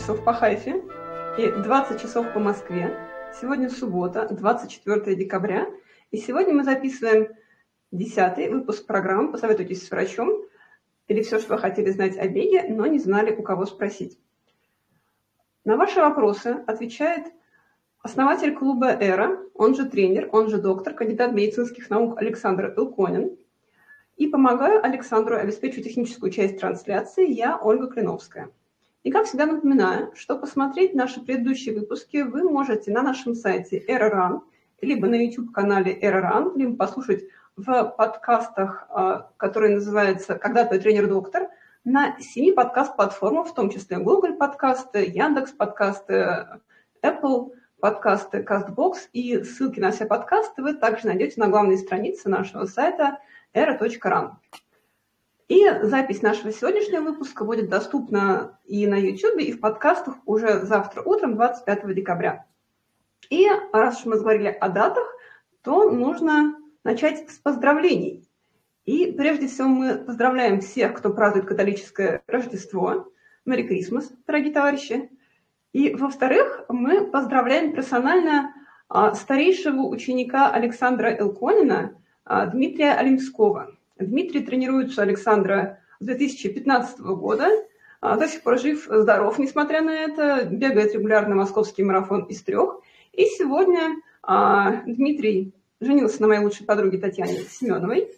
часов по Хайфе и 20 часов по Москве. Сегодня суббота, 24 декабря, и сегодня мы записываем 10-й выпуск программы «Посоветуйтесь с врачом» или все, что вы хотели знать о беге, но не знали, у кого спросить. На ваши вопросы отвечает основатель клуба «Эра», он же тренер, он же доктор, кандидат медицинских наук Александр Илконин. И помогаю Александру обеспечивать техническую часть трансляции я, Ольга Клиновская. И, как всегда, напоминаю, что посмотреть наши предыдущие выпуски вы можете на нашем сайте ERA-RUN, либо на YouTube-канале ERA-RUN, либо послушать в подкастах, которые называются «Когда твой тренер-доктор», на 7 подкаст-платформах, в том числе Google подкасты, Яндекс подкасты, Apple подкасты, CastBox, и ссылки на все подкасты вы также найдете на главной странице нашего сайта era.run. И запись нашего сегодняшнего выпуска будет доступна и на YouTube, и в подкастах уже завтра утром, 25 декабря. И раз уж мы говорили о датах, то нужно начать с поздравлений. И прежде всего мы поздравляем всех, кто празднует католическое Рождество. Merry Christmas, дорогие товарищи. И, во-вторых, мы поздравляем персонально старейшего ученика Александра Илконина, Дмитрия Олимского. Дмитрий тренируется у Александра с 2015 года, до сих пор жив, здоров, несмотря на это, бегает регулярно московский марафон из 3. И сегодня Дмитрий женился на моей лучшей подруге Татьяне Семеновой.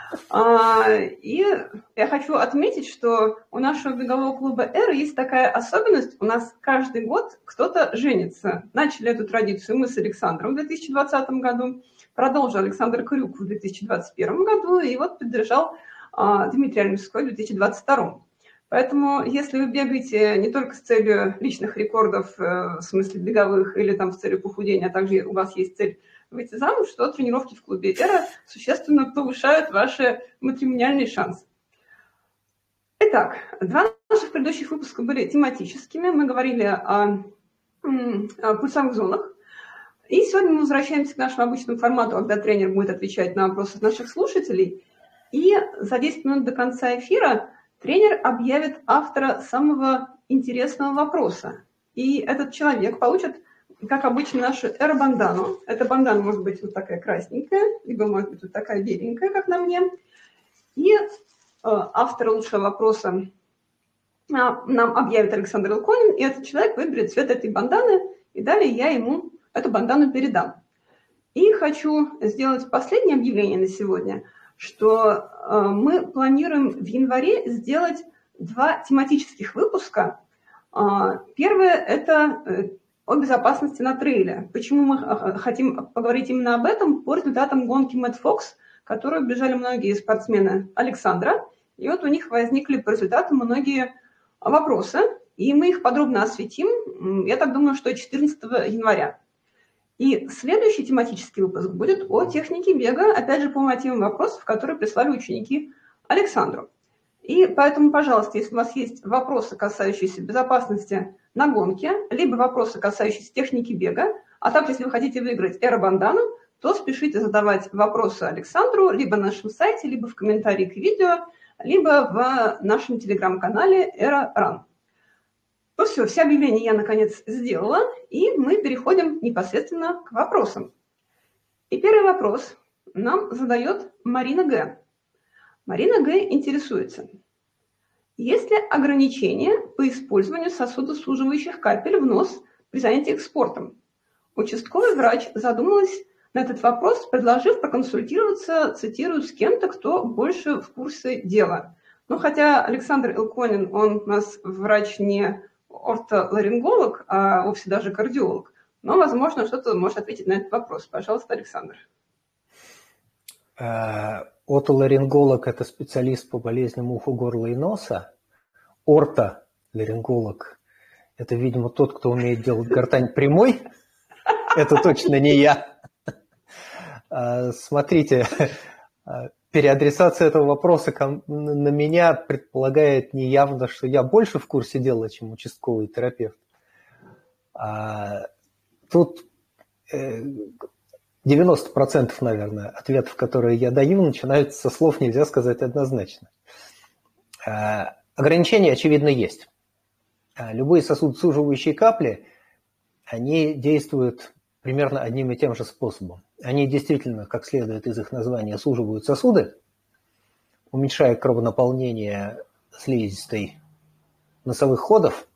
И я хочу отметить, что у нашего бегового клуба «Эра» есть такая особенность. У нас каждый год кто-то женится. Начали эту традицию мы с Александром в 2020 году, продолжил Александр Крюк в 2021 году, и вот поддержал Дмитрий Олимской в 2022. Поэтому, если вы бегаете не только с целью личных рекордов, в смысле беговых, или там с целью похудения, а также у вас есть цель выйти замуж, что тренировки в клубе «Эра» существенно повышают ваши матримониальные шансы. Итак, 2 наших предыдущих выпуска были тематическими. Мы говорили о пульсовых зонах. И сегодня мы возвращаемся к нашему обычному формату, когда тренер будет отвечать на вопросы наших слушателей. И за 10 минут до конца эфира тренер объявит автора самого интересного вопроса. И этот человек получит, как обычно, нашу эра-бандану. Эта бандана может быть вот такая красненькая, либо может быть вот такая беленькая, как на мне. И автор лучшего вопроса нам объявит Александр Илконин, и этот человек выберет цвет этой банданы, и далее я ему эту бандану передам. И хочу сделать последнее объявление на сегодня, что мы планируем в январе сделать 2 тематических выпуска. Первое – это о безопасности на трейле. Почему мы хотим поговорить именно об этом? По результатам гонки Mad Fox, которую бежали многие спортсмены Александра, и вот у них возникли по результатам многие вопросы, и мы их подробно осветим, я так думаю, что 14 января. И следующий тематический выпуск будет о технике бега, опять же, по мотивам вопросов, которые прислали ученики Александру. И поэтому, пожалуйста, если у вас есть вопросы, касающиеся безопасности на гонке, либо вопросы, касающиеся техники бега, а также, если вы хотите выиграть эра-бандану, то спешите задавать вопросы Александру либо на нашем сайте, либо в комментарии к видео, либо в нашем телеграм-канале ERA-RUN. Ну все объявления я, наконец, сделала, и мы переходим непосредственно к вопросам. И первый вопрос нам задает Марина Г. Марина Г. интересуется. Есть ли ограничения по использованию сосудосуживающих капель в нос при занятиях спортом? Участковый врач задумалась на этот вопрос, предложив проконсультироваться, цитирую, с кем-то, кто больше в курсе дела. Ну, хотя Александр Илконин, он у нас врач не ортоларинголог, а вовсе даже кардиолог. Но, возможно, что-то может ответить на этот вопрос. Пожалуйста, Александр. Отоларинголог – это специалист по болезням уха, горла и носа. Ортоларинголог – это, видимо, тот, кто умеет делать гортань прямой. Это точно не я. Смотрите, переадресация этого вопроса на меня предполагает неявно, что я больше в курсе дела, чем участковый терапевт. Тут 90%, наверное, ответов, которые я даю, начинаются со слов «нельзя сказать однозначно». Ограничения, очевидно, есть. любые сосудосуживающие капли, они действуют примерно одним и тем же способом. Они действительно, как следует из их названия, суживают сосуды, уменьшая кровонаполнение слизистой носовых ходов.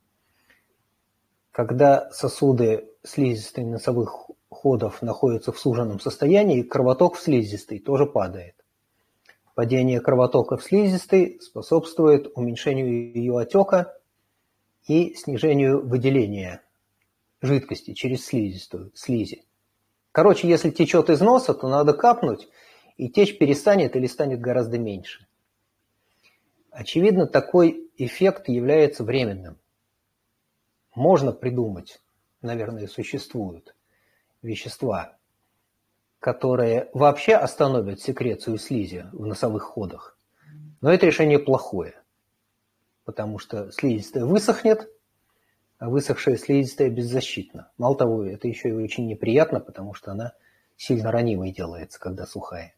Когда сосуды слизистой носовых ходов находятся в суженном состоянии, кровоток в слизистой тоже падает. Падение кровотока в слизистой способствует уменьшению ее отека и снижению выделения жидкости через слизи. Короче, если течет из носа, то надо капнуть, и течь перестанет или станет гораздо меньше. Очевидно, такой эффект является временным. Можно придумать, наверное, существуют вещества, которые вообще остановят секрецию слизи в носовых ходах. Но это решение плохое, потому что слизистая высохнет, а высохшая слизистая беззащитна. Мало того, это еще и очень неприятно, потому что она сильно ранимой делается, когда сухая.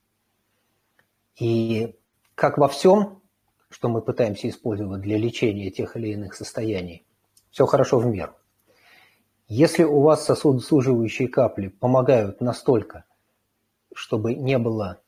И как во всем, что мы пытаемся использовать для лечения тех или иных состояний, все хорошо в меру. Если у вас сосудосуживающие капли помогают настолько, чтобы не было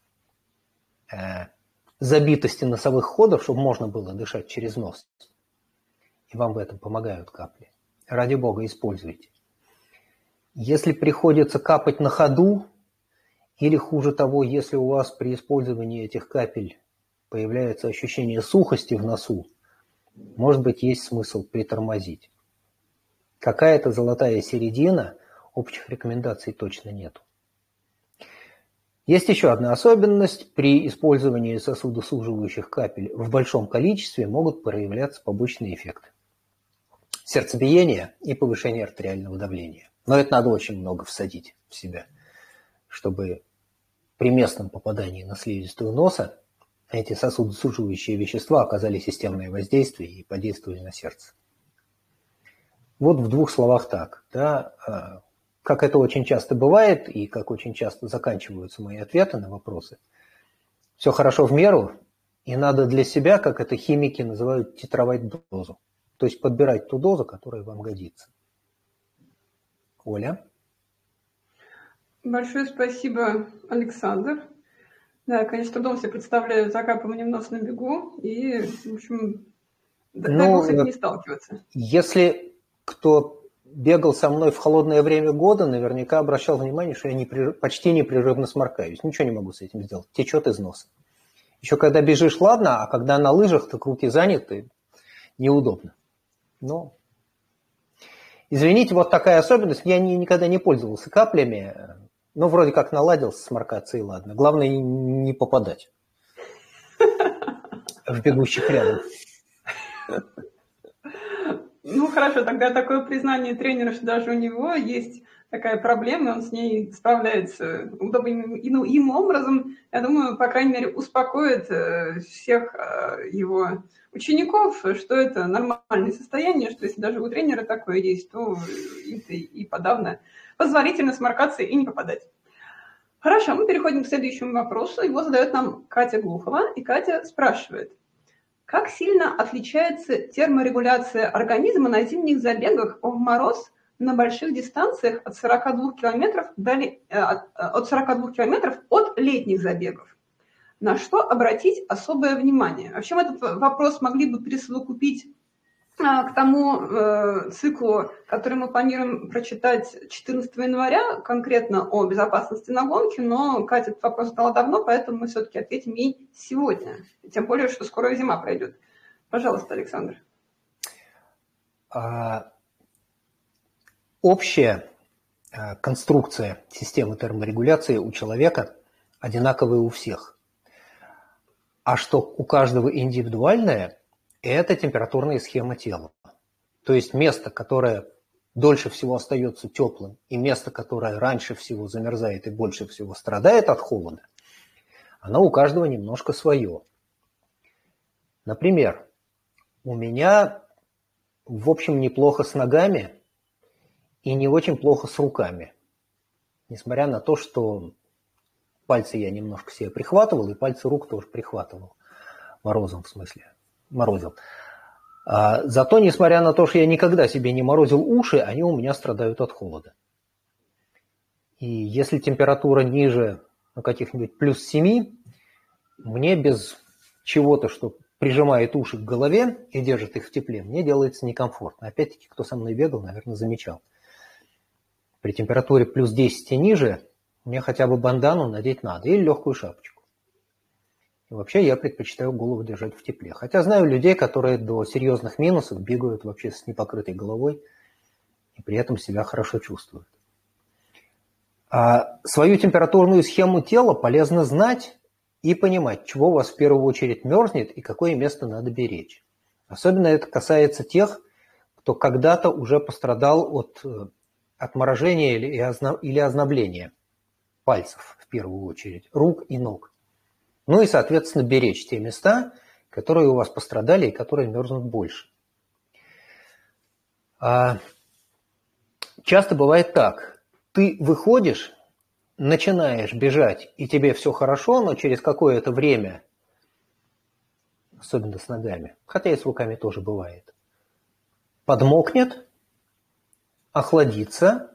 забитости носовых ходов, чтобы можно было дышать через нос, и вам в этом помогают капли, ради бога, используйте. Если приходится капать на ходу, или хуже того, если у вас при использовании этих капель появляется ощущение сухости в носу, может быть, есть смысл притормозить. Какая-то золотая середина, общих рекомендаций точно нету. Есть еще одна особенность. При использовании сосудосуживающих капель в большом количестве могут проявляться побочные эффекты. Сердцебиение и повышение артериального давления. Но это надо очень много всадить в себя, чтобы при местном попадании на слизистую носа эти сосудосуживающие вещества оказали системное воздействие и подействовали на сердце. Вот в двух словах так. Да, как это очень часто бывает и как очень часто заканчиваются мои ответы на вопросы. Все хорошо в меру, и надо для себя, как это химики называют, титровать дозу. То есть подбирать ту дозу, которая вам годится. Оля? Большое спасибо, Александр. Да, конечно, трудом себе представляю закапывание в нос на бегу, и, в общем, дай бог с этим не сталкиваться. Если кто бегал со мной в холодное время года, наверняка обращал внимание, что я почти непрерывно сморкаюсь. Ничего не могу с этим сделать. Течет из носа. Еще когда бежишь, ладно, а когда на лыжах, так руки заняты, неудобно. Но, извините, вот такая особенность. Я никогда не пользовался каплями, но вроде как наладился сморкаться, и ладно. Главное не попадать в бегущих рядом. Ну, хорошо, тогда такое признание тренера, что даже у него есть такая проблема, он с ней справляется удобным образом, я думаю, по крайней мере, успокоит всех его учеников, что это нормальное состояние, что если даже у тренера такое есть, то и подавно позволительно сморкаться и не попадать. Хорошо, мы переходим к следующему вопросу. Его задает нам Катя Глухова, и Катя спрашивает. Как сильно отличается терморегуляция организма на зимних забегах в мороз на больших дистанциях от 42 километров от летних забегов? На что обратить особое внимание? Вообще мы этот вопрос могли бы присовокупить к тому циклу, который мы планируем прочитать 14 января, конкретно о безопасности на гонке, но Катя этот вопрос задала давно, поэтому мы все-таки ответим ей сегодня. Тем более, что скоро зима пройдет. Пожалуйста, Александр. Общая конструкция системы терморегуляции у человека одинаковая у всех. А что у каждого индивидуальное, это температурная схема тела. То есть место, которое дольше всего остается теплым, и место, которое раньше всего замерзает и больше всего страдает от холода, оно у каждого немножко свое. Например, у меня, в общем, неплохо с ногами и не очень плохо с руками. Несмотря на то, что пальцы я немножко себе прихватывал, и пальцы рук тоже прихватывал. Морозом, в смысле. Морозил. Зато, несмотря на то, что я никогда себе не морозил уши, они у меня страдают от холода. И если температура ниже каких-нибудь плюс 7, мне без чего-то, что прижимает уши к голове и держит их в тепле, мне делается некомфортно. Опять-таки, кто со мной бегал, наверное, замечал. При температуре плюс 10 и ниже мне хотя бы бандану надеть надо или легкую шапочку. И вообще я предпочитаю голову держать в тепле. Хотя знаю людей, которые до серьезных минусов бегают вообще с непокрытой головой и при этом себя хорошо чувствуют. Свою температурную схему тела полезно знать и понимать, чего у вас в первую очередь мерзнет и какое место надо беречь. Особенно это касается тех, кто когда-то уже пострадал от отморожения или ознобления пальцев, в первую очередь, рук и ног. Ну и, соответственно, беречь те места, которые у вас пострадали и которые мерзнут больше. Часто бывает так. Ты выходишь, начинаешь бежать, и тебе все хорошо, но через какое-то время, особенно с ногами, хотя и с руками тоже бывает, подмокнет, охладится,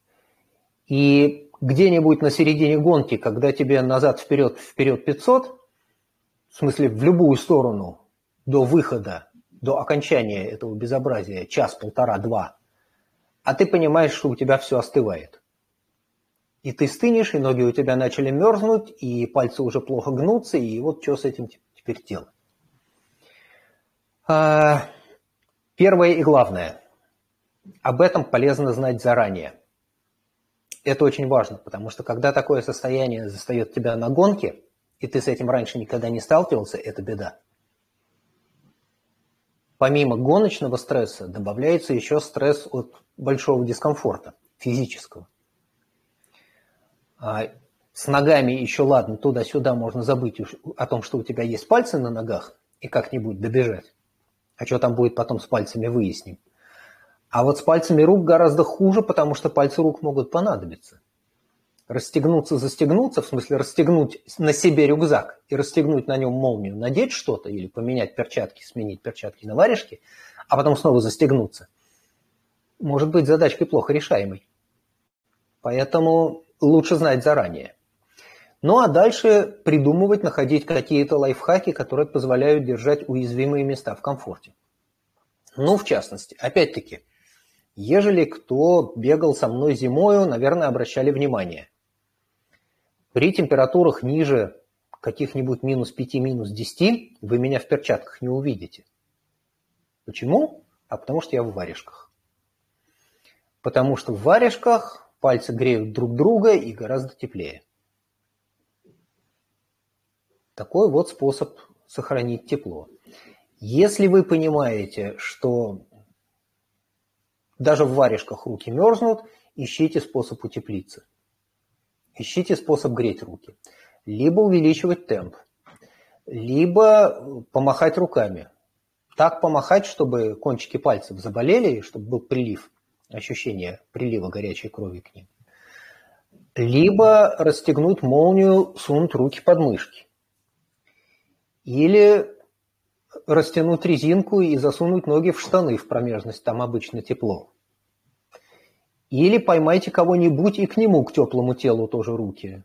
и где-нибудь на середине гонки, когда тебе назад-вперед 500, в смысле в любую сторону, до выхода, до окончания этого безобразия, час, полтора, два, а ты понимаешь, что у тебя все остывает. И ты стынешь, и ноги у тебя начали мерзнуть, и пальцы уже плохо гнутся, и вот что с этим теперь делать. Первое и главное. Об этом полезно знать заранее. Это очень важно, потому что когда такое состояние застает тебя на гонке, и ты с этим раньше никогда не сталкивался, это беда. Помимо гоночного стресса добавляется еще стресс от большого дискомфорта физического. С ногами еще ладно, туда-сюда можно забыть о том, что у тебя есть пальцы на ногах и как-нибудь добежать. А что там будет потом с пальцами, выясним. А вот с пальцами рук гораздо хуже, потому что пальцы рук могут понадобиться. Расстегнуться, застегнуться, в смысле расстегнуть на себе рюкзак и расстегнуть на нем молнию, надеть что-то или поменять перчатки, сменить перчатки на варежки, а потом снова застегнуться, может быть задачкой плохо решаемой. Поэтому лучше знать заранее. Ну а дальше придумывать, находить какие-то лайфхаки, которые позволяют держать уязвимые места в комфорте. Ну, в частности, опять-таки, ежели кто бегал со мной зимою, наверное, обращали внимание. При температурах ниже каких-нибудь минус 5, минус 10 вы меня в перчатках не увидите. Почему? А потому что я в варежках. Потому что в варежках пальцы греют друг друга и гораздо теплее. Такой вот способ сохранить тепло. Если вы понимаете, что даже в варежках руки мерзнут, ищите способ утеплиться. Ищите способ греть руки. Либо увеличивать темп, либо помахать руками. Так помахать, чтобы кончики пальцев заболели, чтобы был прилив, ощущение прилива горячей крови к ним. Либо расстегнуть молнию, сунуть руки под мышки. Или растянуть резинку и засунуть ноги в штаны в промежность, там обычно тепло. Или поймайте кого-нибудь и к нему, к теплому телу тоже руки.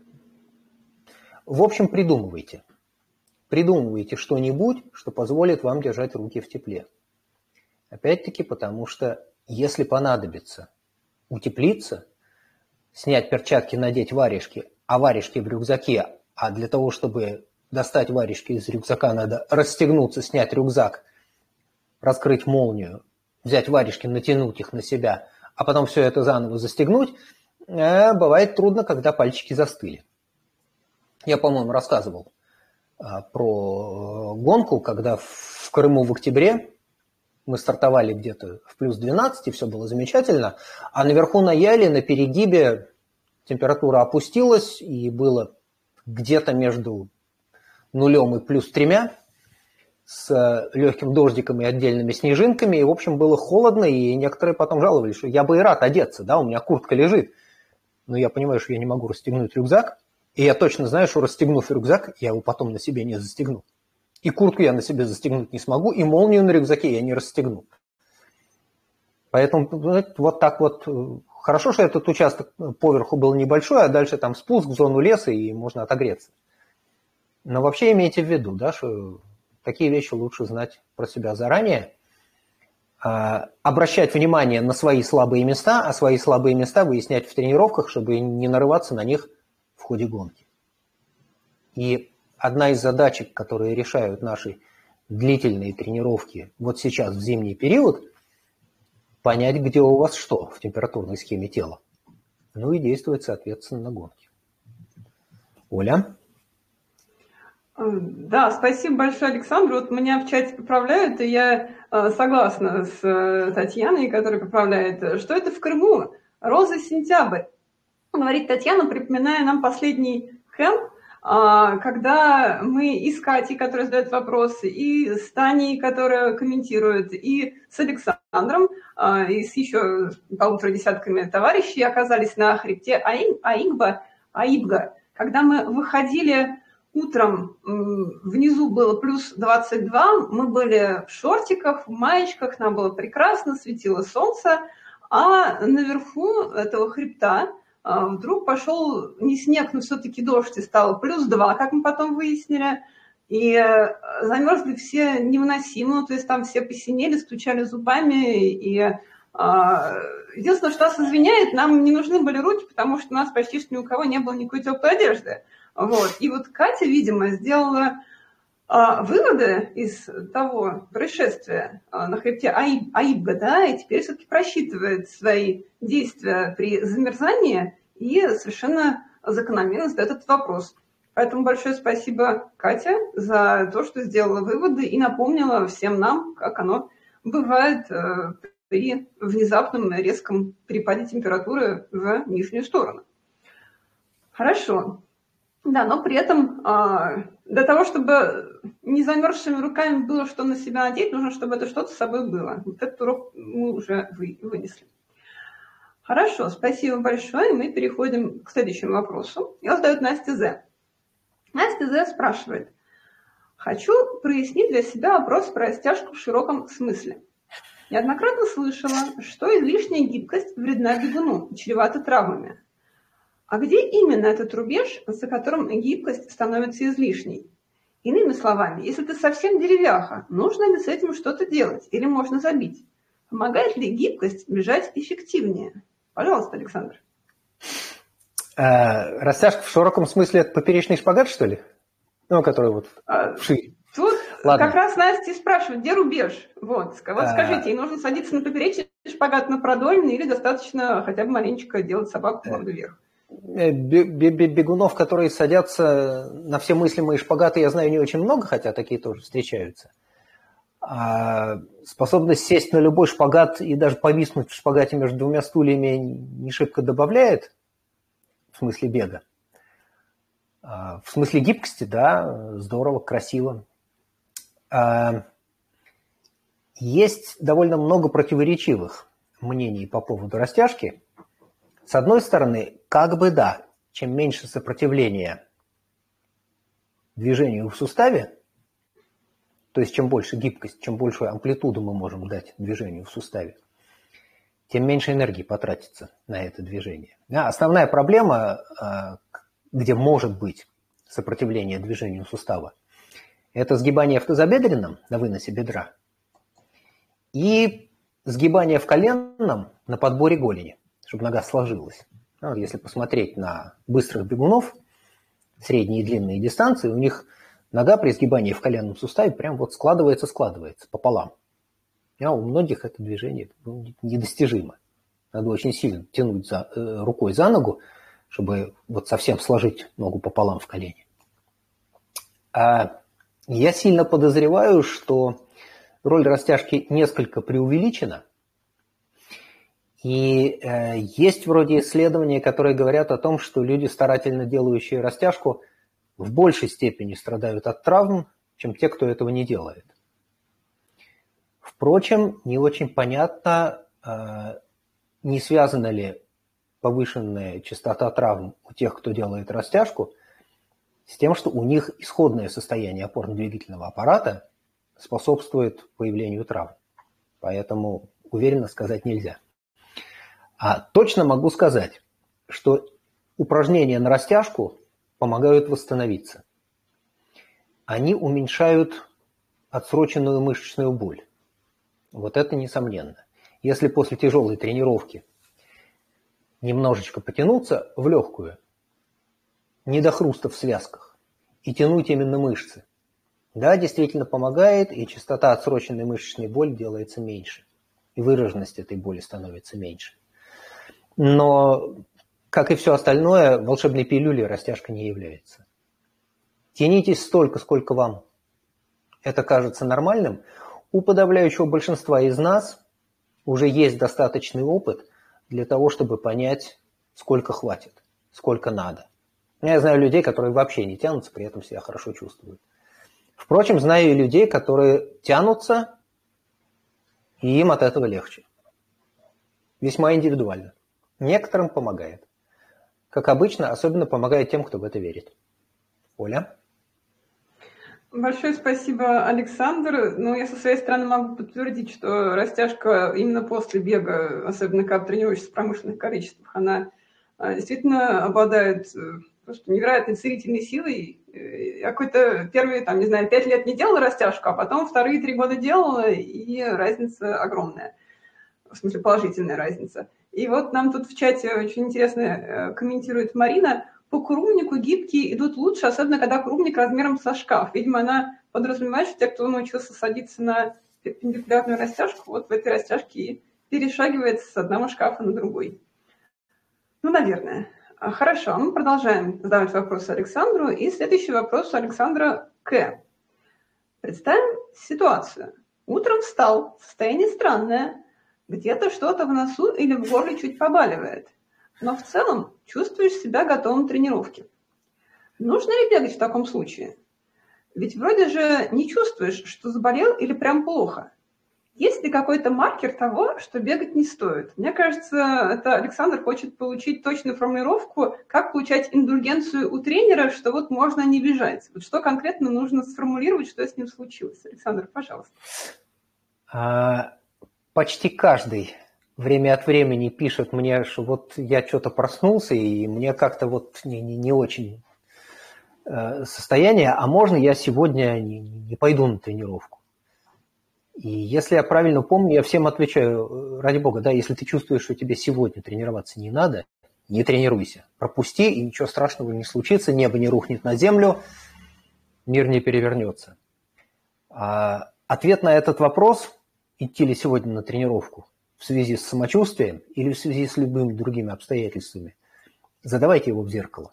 В общем, придумывайте. Придумывайте что-нибудь, что позволит вам держать руки в тепле. Опять-таки, потому что если понадобится утеплиться, снять перчатки, надеть варежки, а варежки в рюкзаке, а для того, чтобы достать варежки из рюкзака, надо расстегнуться, снять рюкзак, раскрыть молнию, взять варежки, натянуть их на себя, а потом все это заново застегнуть, бывает трудно, когда пальчики застыли. Я, по-моему, рассказывал про гонку, когда в Крыму в октябре мы стартовали где-то в плюс 12, и все было замечательно, а наверху на Яле, на перегибе температура опустилась, и было где-то между нулем и плюс 3, с легким дождиком и отдельными снежинками, и, в общем, было холодно, и некоторые потом жаловались, что я бы и рад одеться, да, у меня куртка лежит, но я понимаю, что я не могу расстегнуть рюкзак, и я точно знаю, что расстегнув рюкзак, я его потом на себе не застегну. И куртку я на себе застегнуть не смогу, и молнию на рюкзаке я не расстегну. Поэтому вот так вот. Хорошо, что этот участок поверху был небольшой, а дальше там спуск в зону леса, и можно отогреться. Но вообще имейте в виду, да, что такие вещи лучше знать про себя заранее. Обращать внимание на свои слабые места, а свои слабые места выяснять в тренировках, чтобы не нарываться на них в ходе гонки. И одна из задачек, которые решают наши длительные тренировки вот сейчас в зимний период, понять, где у вас что в температурной схеме тела. Ну и действовать, соответственно, на гонке. Оля? Да, спасибо большое, Александр. Вот меня в чате поправляют, и я согласна с Татьяной, которая поправляет, что это в Крыму роза сентябрь. Говорит Татьяна, припоминая нам последний кэмп, когда мы и с Катей, которая задает вопросы, и с Таней, которая комментирует, и с Александром, и с еще полутора десятками товарищей оказались на хребте Аибга. Когда мы выходили утром, внизу было плюс 22, мы были в шортиках, в маечках, нам было прекрасно, светило солнце, а наверху этого хребта вдруг пошел не снег, но все-таки дождь, и стало плюс 2, как мы потом выяснили, и замерзли все невыносимо, то есть там все посинели, стучали зубами, и единственное, что нас извиняет, нам не нужны были руки, потому что у нас почти что ни у кого не было никакой теплой одежды. Вот. И вот Катя, видимо, сделала выводы из того происшествия на хребте Аибга, да, и теперь все-таки просчитывает свои действия при замерзании и совершенно закономерно задает этот вопрос. Поэтому большое спасибо, Катя, за то, что сделала выводы и напомнила всем нам, как оно бывает при внезапном резком перепаде температуры в нижнюю сторону. Хорошо. Да, но при этом для того, чтобы не замерзшими руками было что на себя надеть, нужно, чтобы это что-то с собой было. Вот этот урок мы уже вынесли. Хорошо, спасибо большое. Мы переходим к следующему вопросу. Его задает Настя З. Настя З спрашивает. Хочу прояснить для себя вопрос про растяжку в широком смысле. Неоднократно слышала, что излишняя гибкость вредна бегуну и чревата травмами. А где именно этот рубеж, за которым гибкость становится излишней? Иными словами, если ты совсем деревяха, нужно ли с этим что-то делать или можно забить? Помогает ли гибкость бежать эффективнее? Пожалуйста, Александр. Растяжка в широком смысле – это поперечный шпагат, что ли? Ну, который вот вширь. Тут ладно. Как раз Настя спрашивает, где рубеж? Вот скажите, ей нужно садиться на поперечный шпагат, на продольный, или достаточно хотя бы маленечко делать собаку морду вверх? Бегунов, которые садятся на все мыслимые шпагаты, я знаю не очень много, хотя такие тоже встречаются. Способность сесть на любой шпагат и даже повиснуть в шпагате между двумя стульями не шибко добавляет в смысле бега. В смысле гибкости, да, здорово, красиво. Есть довольно много противоречивых мнений по поводу растяжки. С одной стороны, как бы да, чем меньше сопротивления движению в суставе, то есть чем больше гибкость, чем большую амплитуду мы можем дать движению в суставе, тем меньше энергии потратится на это движение. Основная проблема, где может быть сопротивление движению сустава, это сгибание в тазобедренном на выносе бедра и сгибание в коленном на подборе голени, чтобы нога сложилась. Вот если посмотреть на быстрых бегунов, средние и длинные дистанции, у них нога при сгибании в коленном суставе прям вот складывается пополам. А у многих это движение недостижимо. Надо очень сильно тянуть рукой за ногу, чтобы вот совсем сложить ногу пополам в колене. Я сильно подозреваю, что роль растяжки несколько преувеличена. И есть вроде исследования, которые говорят о том, что люди, старательно делающие растяжку, в большей степени страдают от травм, чем те, кто этого не делает. Впрочем, не очень понятно, не связана ли повышенная частота травм у тех, кто делает растяжку, с тем, что у них исходное состояние опорно-двигательного аппарата способствует появлению травм. Поэтому уверенно сказать нельзя. А точно могу сказать, что упражнения на растяжку помогают восстановиться. Они уменьшают отсроченную мышечную боль. Вот это несомненно. Если после тяжелой тренировки немножечко потянуться в легкую, не до хруста в связках, и тянуть именно мышцы, да, действительно помогает, и частота отсроченной мышечной боли делается меньше, и выраженность этой боли становится меньше. Но, как и все остальное, волшебной пилюлей растяжка не является. Тянитесь столько, сколько вам это кажется нормальным. У подавляющего большинства из нас уже есть достаточный опыт для того, чтобы понять, сколько хватит, сколько надо. Я знаю людей, которые вообще не тянутся, при этом себя хорошо чувствуют. Впрочем, знаю и людей, которые тянутся, и им от этого легче. Весьма индивидуально. Некоторым помогает. Как обычно, особенно помогает тем, кто в это верит. Оля? Большое спасибо, Александр. Ну, я со своей стороны могу подтвердить, что растяжка именно после бега, особенно когда тренируешься в промышленных количествах, она действительно обладает просто невероятной целительной силой. Я какой-то первые, там, не знаю, 5 лет не делала растяжку, а потом вторые 3 года делала, и разница огромная. В смысле, положительная разница. И вот нам тут в чате очень интересно комментирует Марина. По курумнику гибкие идут лучше, особенно когда курумник размером со шкаф. Видимо, она подразумевает, что те, кто научился садиться на перпендикулярную растяжку, вот в этой растяжке и перешагивает с одного шкафа на другой. Ну, наверное. Хорошо, мы продолжаем задавать вопросы Александру. И следующий вопрос у Александра К. Представим ситуацию. Утром встал, состояние странное. Где-то что-то в носу или в горле чуть побаливает. Но в целом чувствуешь себя готовым к тренировке. Нужно ли бегать в таком случае? Ведь вроде же не чувствуешь, что заболел или прям плохо. Есть ли какой-то маркер того, что бегать не стоит? Мне кажется, это Александр хочет получить точную формулировку, как получать индульгенцию у тренера, что вот можно не бежать. Вот что конкретно нужно сформулировать, что с ним случилось? Александр, пожалуйста. Почти каждый время от времени пишет мне, что вот я что-то проснулся, и мне как-то вот не очень состояние, а можно я сегодня не пойду на тренировку? И если я правильно помню, я всем отвечаю, ради бога, да, если ты чувствуешь, что тебе сегодня тренироваться не надо, не тренируйся. Пропусти, и ничего страшного не случится, небо не рухнет на землю, мир не перевернется. Ответ на этот вопрос, идти ли сегодня на тренировку в связи с самочувствием или в связи с любыми другими обстоятельствами, задавайте его в зеркало.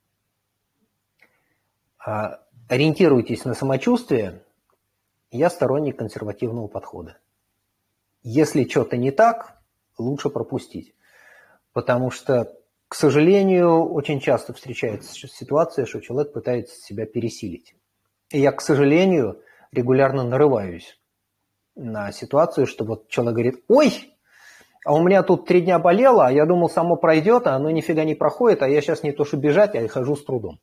Ориентируйтесь на самочувствие. Я сторонник консервативного подхода. Если что-то не так, лучше пропустить. Потому что, к сожалению, очень часто встречается ситуация, что человек пытается себя пересилить. И я, к сожалению, регулярно нарываюсь на ситуацию, что вот человек говорит: ой, а у меня тут 3 дня болело, а я думал, само пройдет, а оно нифига не проходит, а я сейчас не то что бежать, а и хожу с трудом.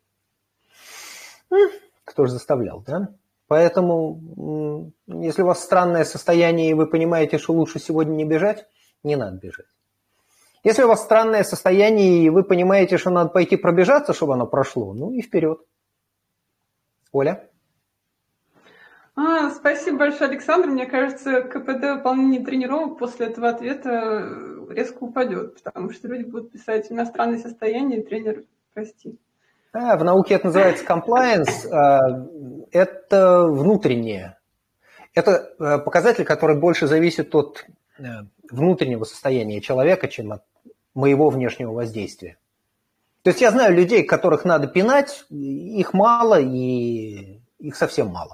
Кто же заставлял, да? Поэтому, если у вас странное состояние, и вы понимаете, что лучше сегодня не бежать, не надо бежать. Если у вас странное состояние, и вы понимаете, что надо пойти пробежаться, чтобы оно прошло, ну и вперед. Оля? Спасибо большое, Александр. Мне кажется, КПД выполнения тренировок после этого ответа резко упадет, потому что люди будут писать иностранное состояние, тренер, прости. В науке это называется compliance. Это внутреннее. Это показатель, который больше зависит от внутреннего состояния человека, чем от моего внешнего воздействия. То есть я знаю людей, которых надо пинать, их мало, и их совсем мало.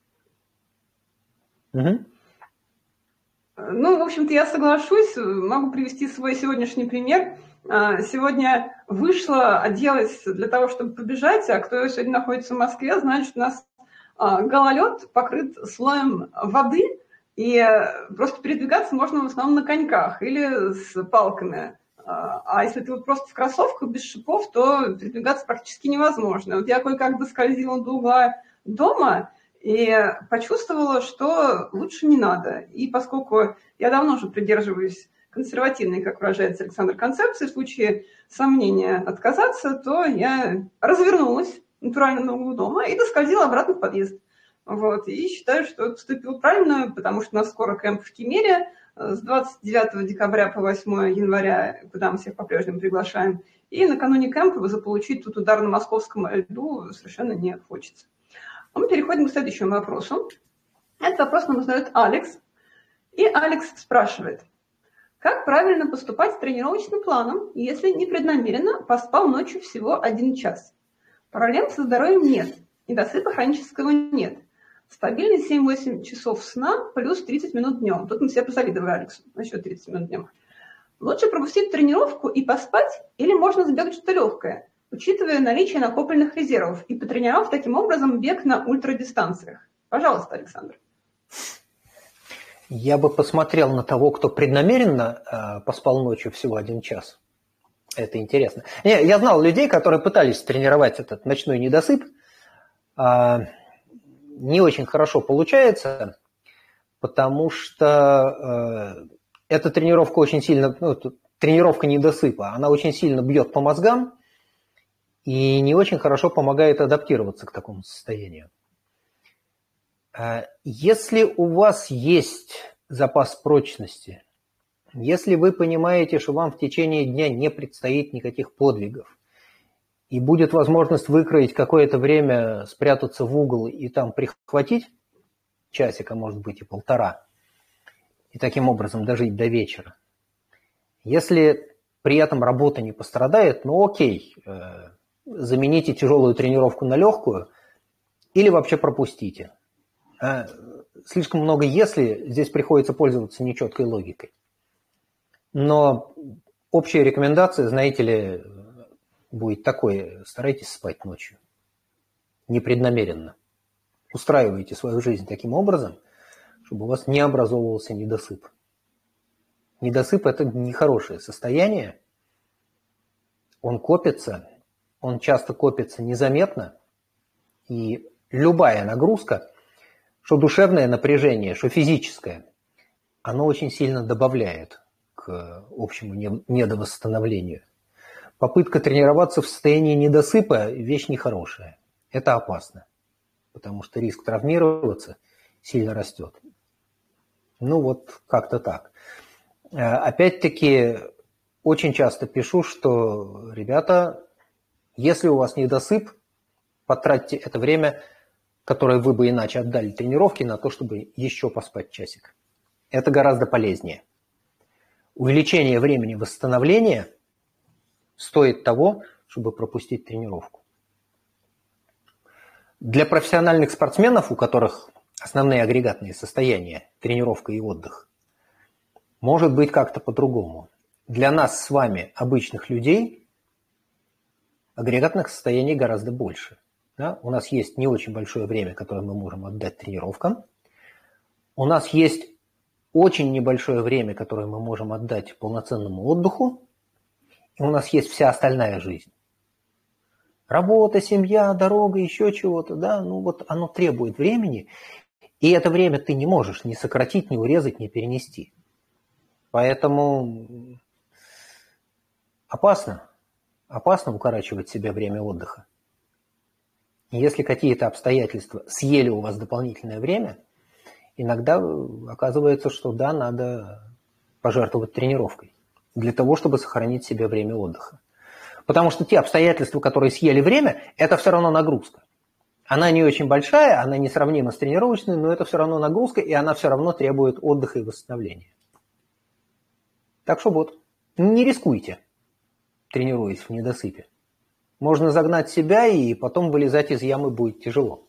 Угу. Ну, в общем-то, я соглашусь. Могу привести свой сегодняшний пример. Сегодня вышла, оделась для того, чтобы побежать, а кто сегодня находится в Москве, знает, что у нас гололед покрыт слоем воды, и просто передвигаться можно в основном на коньках или с палками А если ты вот просто в кроссовках без шипов, то передвигаться практически невозможно. Вот я кое-как бы скользила до угла дома и почувствовала, что лучше не надо. И поскольку я давно уже придерживаюсь консервативной, как выражается Александр, концепции, в случае сомнения отказаться, то я развернулась натурально на углу дома и доскользила обратно в подъезд. Вот. И считаю, что поступила правильно, потому что у нас скоро кемп в Кемере с 29 декабря по 8 января, куда мы всех по-прежнему приглашаем. И накануне кемпа заполучить тут удар на московском льду совершенно не хочется. А мы переходим к следующему вопросу. Этот вопрос нам задает Алекс. И Алекс спрашивает: как правильно поступать с тренировочным планом, если непреднамеренно поспал ночью всего 1 час? Проблем со здоровьем нет, недосыпа хронического нет. Стабильно 7-8 часов сна плюс 30 минут днем. Тут мы все позавидовали Алексу, насчет 30 минут днем. Лучше пропустить тренировку и поспать, или можно сбегать что-то легкое, учитывая наличие накопленных резервов, и потренировав таким образом бег на ультрадистанциях? Пожалуйста, Александр. Я бы посмотрел на того, кто преднамеренно поспал ночью всего 1 час. Это интересно. Я знал людей, которые пытались тренировать этот ночной недосып. Не очень хорошо получается, потому что эта тренировка очень сильно, тренировка недосыпа, она очень сильно бьет по мозгам и не очень хорошо помогает адаптироваться к такому состоянию. Если у вас есть запас прочности, если вы понимаете, что вам в течение дня не предстоит никаких подвигов, и будет возможность выкроить какое-то время, спрятаться в угол и там прихватить часик, а может быть и 1,5, и таким образом дожить до вечера. Если при этом работа не пострадает, ну окей, замените тяжелую тренировку на легкую или вообще пропустите. Слишком много «если», здесь приходится пользоваться нечеткой логикой. Но общая рекомендация, знаете ли, будет такой: старайтесь спать ночью, непреднамеренно. Устраивайте свою жизнь таким образом, чтобы у вас не образовывался недосып. Недосып – это нехорошее состояние, он копится, он часто копится незаметно, и любая нагрузка, что душевное напряжение, что физическое, оно очень сильно добавляет к общему недовосстановлению. Попытка тренироваться в состоянии недосыпа – вещь нехорошая. Это опасно, потому что риск травмироваться сильно растет. Ну вот как-то так. Опять-таки, очень часто пишу, что, ребята, если у вас недосып, потратьте это время, которое вы бы иначе отдали тренировке, на то, чтобы еще поспать часик. Это гораздо полезнее. Увеличение времени восстановления стоит того, чтобы пропустить тренировку. Для профессиональных спортсменов, у которых основные агрегатные состояния, тренировка и отдых, может быть как-то по-другому. Для нас с вами, обычных людей, агрегатных состояний гораздо больше. Да? У нас есть не очень большое время, которое мы можем отдать тренировкам. У нас есть очень небольшое время, которое мы можем отдать полноценному отдыху. И у нас есть вся остальная жизнь. Работа, семья, дорога, еще чего-то, да, ну вот оно требует времени, и это время ты не можешь ни сократить, ни урезать, ни перенести. Поэтому опасно укорачивать себе время отдыха. Если какие-то обстоятельства съели у вас дополнительное время, иногда оказывается, что да, надо пожертвовать тренировкой для того, чтобы сохранить себе время отдыха. Потому что те обстоятельства, которые съели время, это все равно нагрузка. Она не очень большая, она несравнима с тренировочной, но это все равно нагрузка, и она все равно требует отдыха и восстановления. Так что вот, не рискуйте, тренируясь в недосыпе. Можно загнать себя, и потом вылезать из ямы будет тяжело.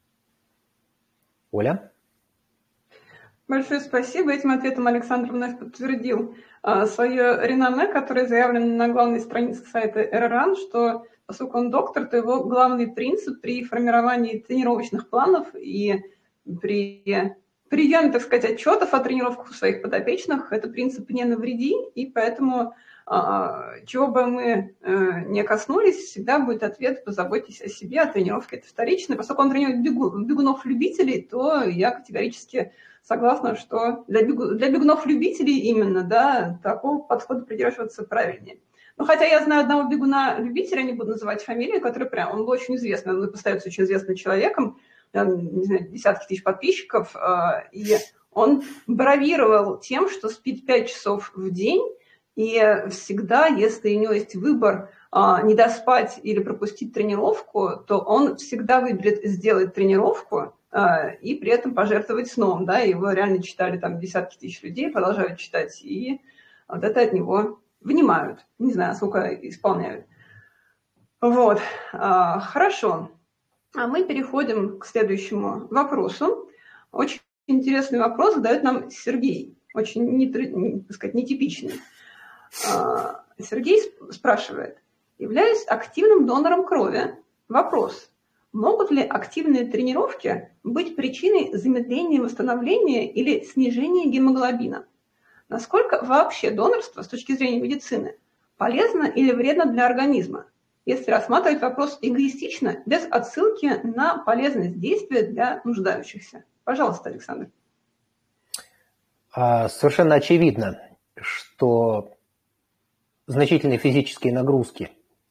Оля? Большое спасибо. Этим ответом Александр вновь подтвердил свое реноме, которое заявлено на главной странице сайта РРАН, что поскольку он доктор, то его главный принцип при формировании тренировочных планов и при приеме, так сказать, отчетов о тренировках у своих подопечных – это принцип «не навреди», и поэтому Чего бы мы не коснулись, всегда будет ответ: позаботьтесь о себе, а тренировка – это вторично. Поскольку он тренирует бегунов-любителей, то я категорически согласна, что для бегунов-любителей именно, да, такого подхода придерживаться правильнее. Ну, хотя я знаю одного бегуна-любителя, не буду называть фамилию, который прям, он был очень известный, он остается очень известным человеком, не знаю, десятки тысяч подписчиков, и он бравировал тем, что спит 5 часов в день, и всегда, если у него есть выбор не доспать или пропустить тренировку, то он всегда выберет сделать тренировку и при этом пожертвовать сном. Да? Его реально читали там десятки тысяч людей, продолжают читать, и вот это от него вынимают. Не знаю, сколько исполняют. Вот, хорошо. А мы переходим к следующему вопросу. Очень интересный вопрос задает нам Сергей, очень, так сказать, нетипичный. Сергей спрашивает: являюсь активным донором крови. Вопрос: могут ли активные тренировки быть причиной замедления восстановления или снижения гемоглобина? Насколько вообще донорство с точки зрения медицины полезно или вредно для организма, если рассматривать вопрос эгоистично, без отсылки на полезность действия для нуждающихся? Пожалуйста, Александр. Совершенно очевидно, что значительные физические нагрузки,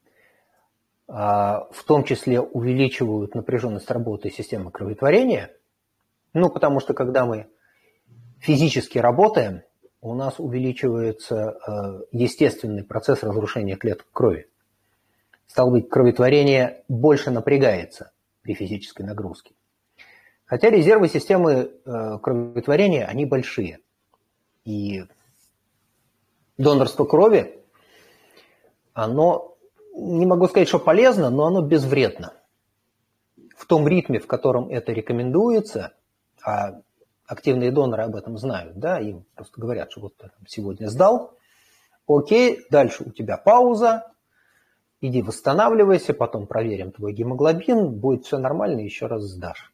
в том числе, увеличивают напряженность работы системы кроветворения. Ну, потому что когда мы физически работаем, у нас увеличивается естественный процесс разрушения клеток крови. Стало быть, кроветворение больше напрягается при физической нагрузке. Хотя резервы системы кроветворения, они большие. И донорство крови, оно, не могу сказать, что полезно, но оно безвредно. В том ритме, в котором это рекомендуется, а активные доноры об этом знают, да, им просто говорят, что вот ты сегодня сдал, окей, дальше у тебя пауза, иди восстанавливайся, потом проверим твой гемоглобин, будет все нормально, еще раз сдашь.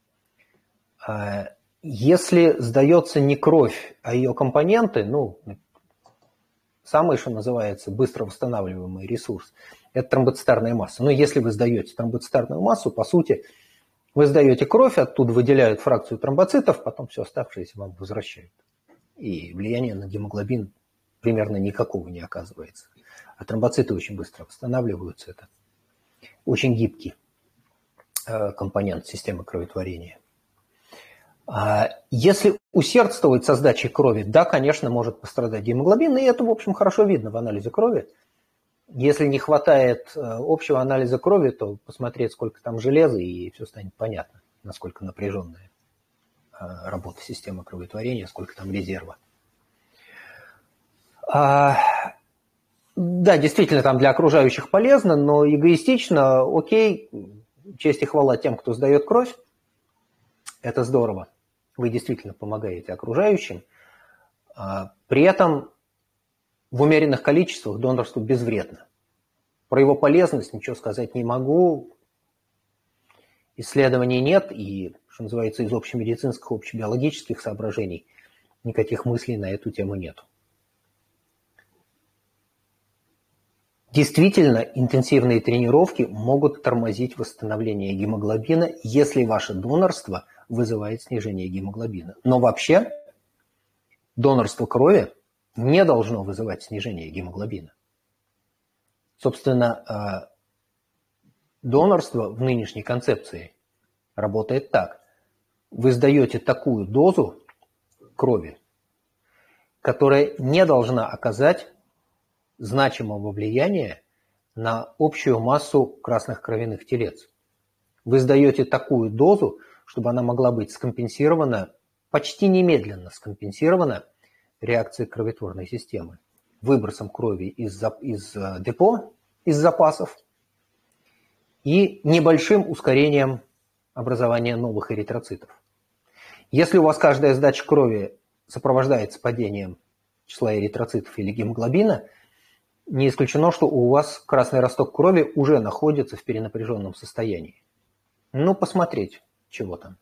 Если сдается не кровь, а ее компоненты, ну, самый, что называется, быстро восстанавливаемый ресурс, это тромбоцитарная масса. Но если вы сдаете тромбоцитарную массу, по сути, вы сдаете кровь, оттуда выделяют фракцию тромбоцитов, потом все оставшееся вам возвращают. И влияние на гемоглобин примерно никакого не оказывается. А тромбоциты очень быстро восстанавливаются. Это очень гибкий компонент системы кроветворения. Если усердствовать со сдачей крови, да, конечно, может пострадать гемоглобин, и это, в общем, хорошо видно в анализе крови. Если не хватает общего анализа крови, то посмотреть, сколько там железа, и все станет понятно, насколько напряженная работа системы кроветворения, сколько там резерва. Да, действительно, там для окружающих полезно, но эгоистично, окей, честь и хвала тем, кто сдает кровь, это здорово. Вы действительно помогаете окружающим. При этом в умеренных количествах донорство безвредно. Про его полезность ничего сказать не могу. Исследований нет, и, что называется, из общемедицинских, общебиологических соображений никаких мыслей на эту тему нет. Действительно, интенсивные тренировки могут тормозить восстановление гемоглобина, если ваше донорство вызывает снижение гемоглобина. Но вообще донорство крови не должно вызывать снижение гемоглобина. Собственно, донорство в нынешней концепции работает так. Вы сдаете такую дозу крови, которая не должна оказать значимого влияния на общую массу красных кровяных телец. Вы сдаете такую дозу, чтобы она могла быть скомпенсирована, почти немедленно скомпенсирована реакцией кроветворной системы, выбросом крови из депо, из запасов и небольшим ускорением образования новых эритроцитов. Если у вас каждая сдача крови сопровождается падением числа эритроцитов или гемоглобина, не исключено, что у вас красный росток крови уже находится в перенапряженном состоянии. Ну, посмотреть, чего там.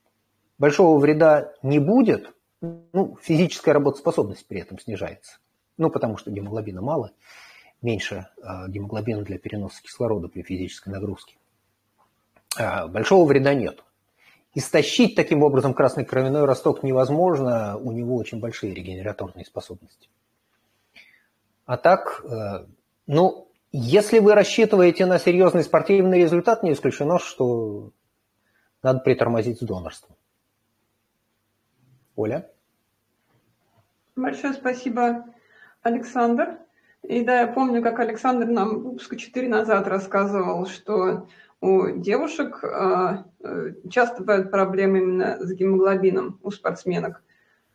Большого вреда не будет, физическая работоспособность при этом снижается. Ну, потому что гемоглобина мало, меньше гемоглобина для переноса кислорода при физической нагрузке. Большого вреда нет. Истощить таким образом красный кровяной росток невозможно, у него очень большие регенераторные способности. А так, ну, если вы рассчитываете на серьезный спортивный результат, не исключено, что надо притормозить с донорством. Оля? Большое спасибо, Александр. И да, я помню, как Александр нам выпуска 4 назад рассказывал, что у девушек часто бывают проблемы именно с гемоглобином у спортсменок.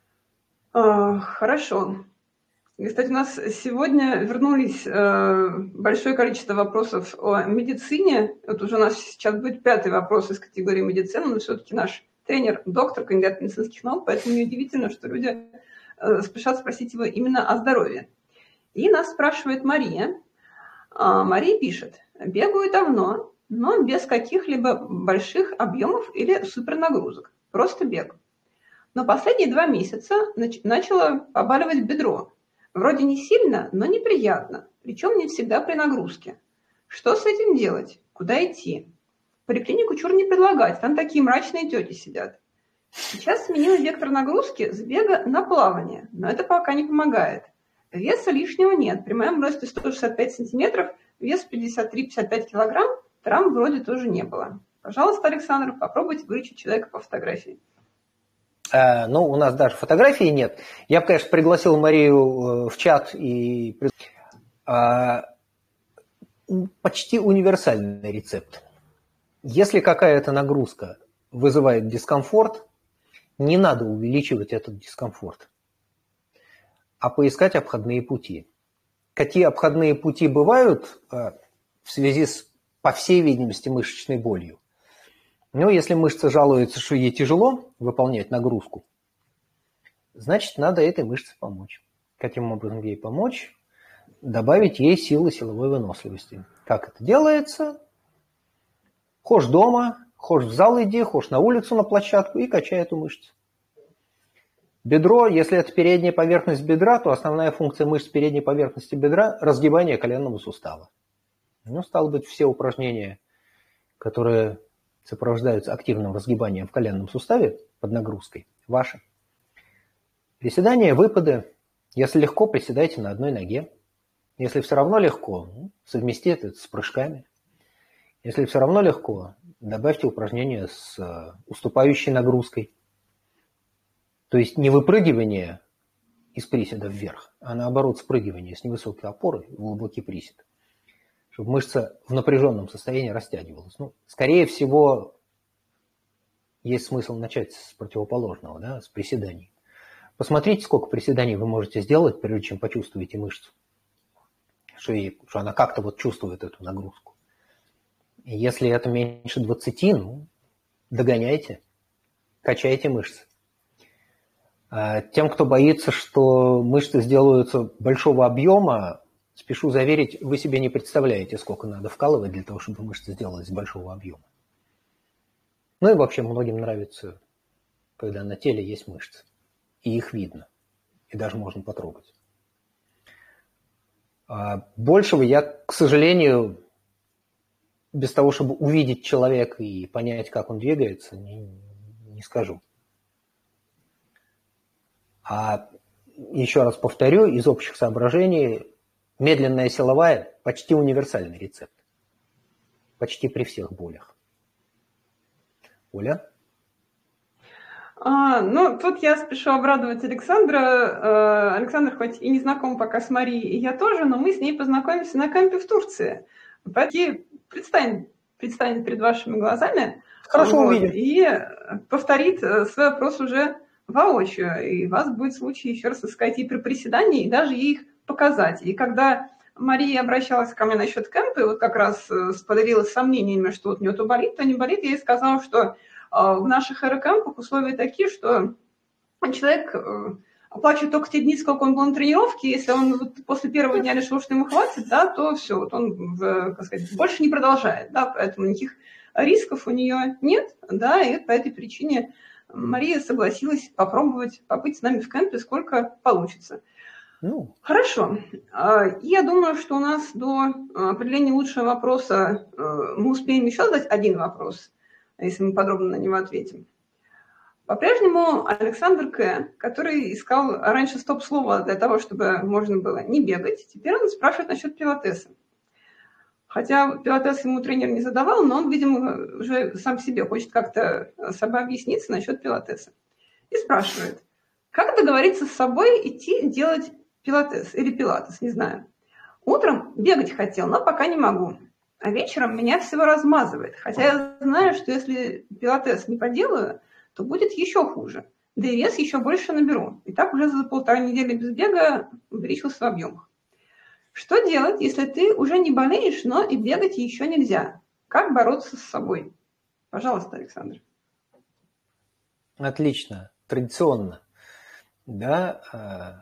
Хорошо. И, кстати, у нас сегодня вернулись большое количество вопросов о медицине. Вот уже у нас сейчас будет 5-й вопрос из категории медицины, но все-таки наш тренер, доктор, кандидат медицинских наук, поэтому неудивительно, что люди спешат спросить его именно о здоровье. И нас спрашивает Мария. Мария пишет: бегаю давно, но без каких-либо больших объемов или супернагрузок. Просто бег. Но последние 2 месяца начало побаливать бедро. Вроде не сильно, но неприятно, причем не всегда при нагрузке. Что с этим делать? Куда идти? В поликлинику чур не предлагать, там такие мрачные тети сидят. Сейчас сменила вектор нагрузки с бега на плавание, но это пока не помогает. Веса лишнего нет, при моем росте 165 сантиметров, вес 53-55 килограмм, травм вроде тоже не было. Пожалуйста, Александр, попробуйте вылечить человека по фотографии. Ну, у нас даже фотографии нет. Я бы, конечно, пригласил Марию в чат и... Почти универсальный рецепт. Если какая-то нагрузка вызывает дискомфорт, не надо увеличивать этот дискомфорт, а поискать обходные пути. Какие обходные пути бывают в связи с, по всей видимости, мышечной болью? Ну, если мышца жалуется, что ей тяжело выполнять нагрузку, значит, надо этой мышце помочь. Каким образом ей помочь? Добавить ей силы силовой выносливости. Как это делается? Хошь дома, хошь в зал иди, хошь на улицу, на площадку и качай эту мышцу. Бедро, если это передняя поверхность бедра, то основная функция мышц передней поверхности бедра – разгибание коленного сустава. Ну, стало быть, все упражнения, которые сопровождаются активным разгибанием в коленном суставе под нагрузкой, ваши. Приседания, выпады. Если легко, приседайте на одной ноге. Если все равно легко, совместите это с прыжками. Если все равно легко, добавьте упражнения с уступающей нагрузкой. То есть не выпрыгивание из приседа вверх, а наоборот спрыгивание с невысокой опоры в глубокий присед, чтобы мышца в напряженном состоянии растягивалась. Ну, скорее всего, есть смысл начать с противоположного, да, с приседаний. Посмотрите, сколько приседаний вы можете сделать, прежде чем почувствуете мышцу, что она как-то вот чувствует эту нагрузку. И если это меньше 20, ну, догоняйте, качайте мышцы. А тем, кто боится, что мышцы сделаются большого объема, спешу заверить, вы себе не представляете, сколько надо вкалывать для того, чтобы мышцы сделались большого объема. Ну и вообще многим нравится, когда на теле есть мышцы, и их видно, и даже можно потрогать. А большего я, к сожалению, без того, чтобы увидеть человека и понять, как он двигается, не скажу. А еще раз повторю, из общих соображений, медленная силовая – почти универсальный рецепт. Почти при всех болях. Оля? Ну, тут я спешу обрадовать Александра. Александр хоть и не знаком пока с Марией, и я тоже, но мы с ней познакомимся на кемпе в Турции. Поэтому предстанет перед вашими глазами. Хорошо, увидим. И повторит свой вопрос уже воочию. И у вас будет случай еще раз искать ей при приседании и даже ей их показать. И когда Мария обращалась ко мне насчет кемпа, и вот как раз поделилась сомнениями, что вот у нее то не болит, я ей сказала, что в наших аэрокемпах условия такие, что человек оплачивает только те дни, сколько он был на тренировке. Если он вот после первого дня решил, что ему хватит, да, то все, вот он, как сказать, больше не продолжает, да, поэтому никаких рисков у нее нет, да, и по этой причине Мария согласилась попробовать побыть с нами в кемпе, сколько получится. Хорошо. Я думаю, что у нас до определения лучшего вопроса мы успеем еще задать один вопрос, если мы подробно на него ответим. По-прежнему Александр К., который искал раньше стоп-слово для того, чтобы можно было не бегать, теперь он спрашивает насчет пилатеса. Хотя пилатес ему тренер не задавал, но он, видимо, уже сам себе хочет как-то собой объясниться насчет пилатеса. И спрашивает, как договориться с собой идти делать пилатес или пилатес, не знаю. Утром бегать хотел, но пока не могу. А вечером меня всего размазывает. Хотя я знаю, что если пилатес не поделаю, то будет еще хуже. Да и вес еще больше наберу. И так уже за 1,5 недели без бега увеличился в объемах. Что делать, если ты уже не болеешь, но и бегать еще нельзя? Как бороться с собой? Пожалуйста, Александр. Отлично. Традиционно. Да.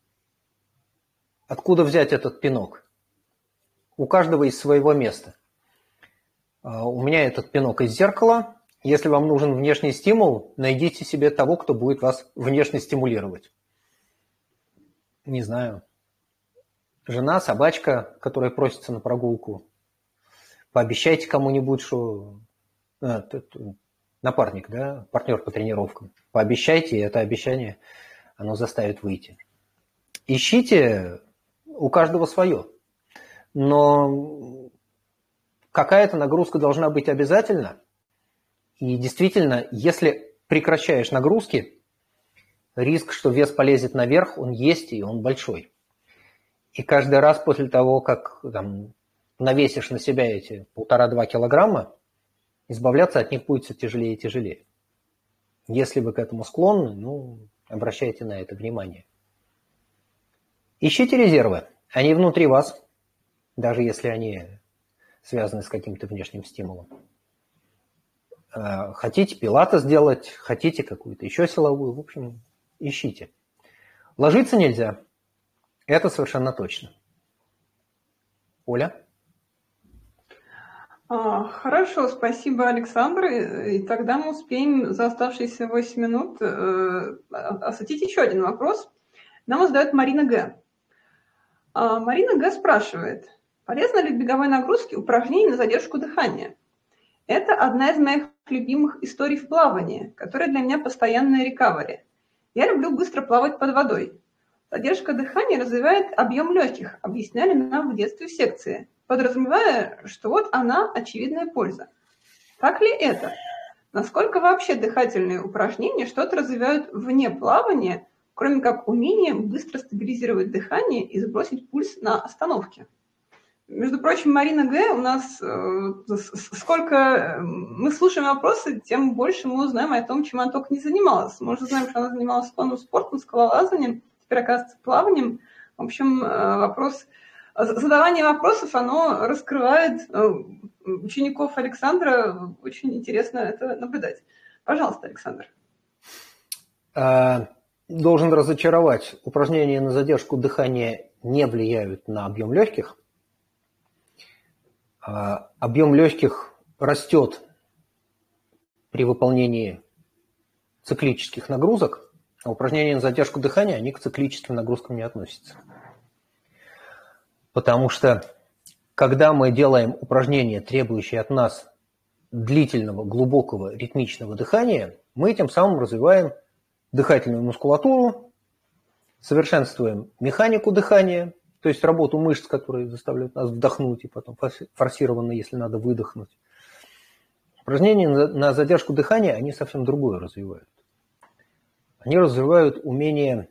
Откуда взять этот пинок? У каждого из своего места. У меня этот пинок из зеркала. Если вам нужен внешний стимул, найдите себе того, кто будет вас внешне стимулировать. Не знаю. Жена, собачка, которая просится на прогулку. Пообещайте кому-нибудь, что... Напарник, да, партнер по тренировкам. Пообещайте, и это обещание, оно заставит выйти. Ищите, у каждого свое. Но какая-то нагрузка должна быть обязательно. И действительно, если прекращаешь нагрузки, риск, что вес полезет наверх, он есть, и он большой. И каждый раз после того, как там, навесишь на себя эти 1,5-2 килограмма, избавляться от них будет все тяжелее и тяжелее. Если вы к этому склонны, обращайте на это внимание. Ищите резервы. Они внутри вас, даже если они связаны с каким-то внешним стимулом. Хотите пилатес сделать, хотите какую-то еще силовую, в общем, ищите. Ложиться нельзя. Это совершенно точно. Оля? Хорошо, спасибо, Александр. И тогда мы успеем за оставшиеся 8 минут осветить еще один вопрос. Нам задает Марина Г. Марина Г. спрашивает, полезно ли в беговой нагрузке упражнение на задержку дыхания? Это одна из моих любимых историй в плавании, которая для меня постоянная рекавери. Я люблю быстро плавать под водой. Задержка дыхания развивает объем легких, объясняли нам в детстве в секции, подразумевая, что вот она очевидная польза. Так ли это? Насколько вообще дыхательные упражнения что-то развивают вне плавания, кроме как умения быстро стабилизировать дыхание и сбросить пульс на остановке? Между прочим, Марина Г., у нас сколько мы слушаем вопросы, тем больше мы узнаем о том, чем она только не занималась. Мы уже знаем, что она занималась конным спортом, скалолазанием, теперь, оказывается, плаванием. В общем, задавание вопросов, оно раскрывает учеников Александра. Очень интересно это наблюдать. Пожалуйста, Александр. Должен разочаровать. Упражнения на задержку дыхания не влияют на объем легких. Объем легких растет при выполнении циклических нагрузок, а упражнения на задержку дыхания, они к циклическим нагрузкам не относятся. Потому что, когда мы делаем упражнения, требующие от нас длительного, глубокого, ритмичного дыхания, мы тем самым развиваем дыхательную мускулатуру, совершенствуем механику дыхания, то есть работу мышц, которые заставляют нас вдохнуть и потом форсированно, если надо, выдохнуть. Упражнения на задержку дыхания, они совсем другое развивают. Они развивают умение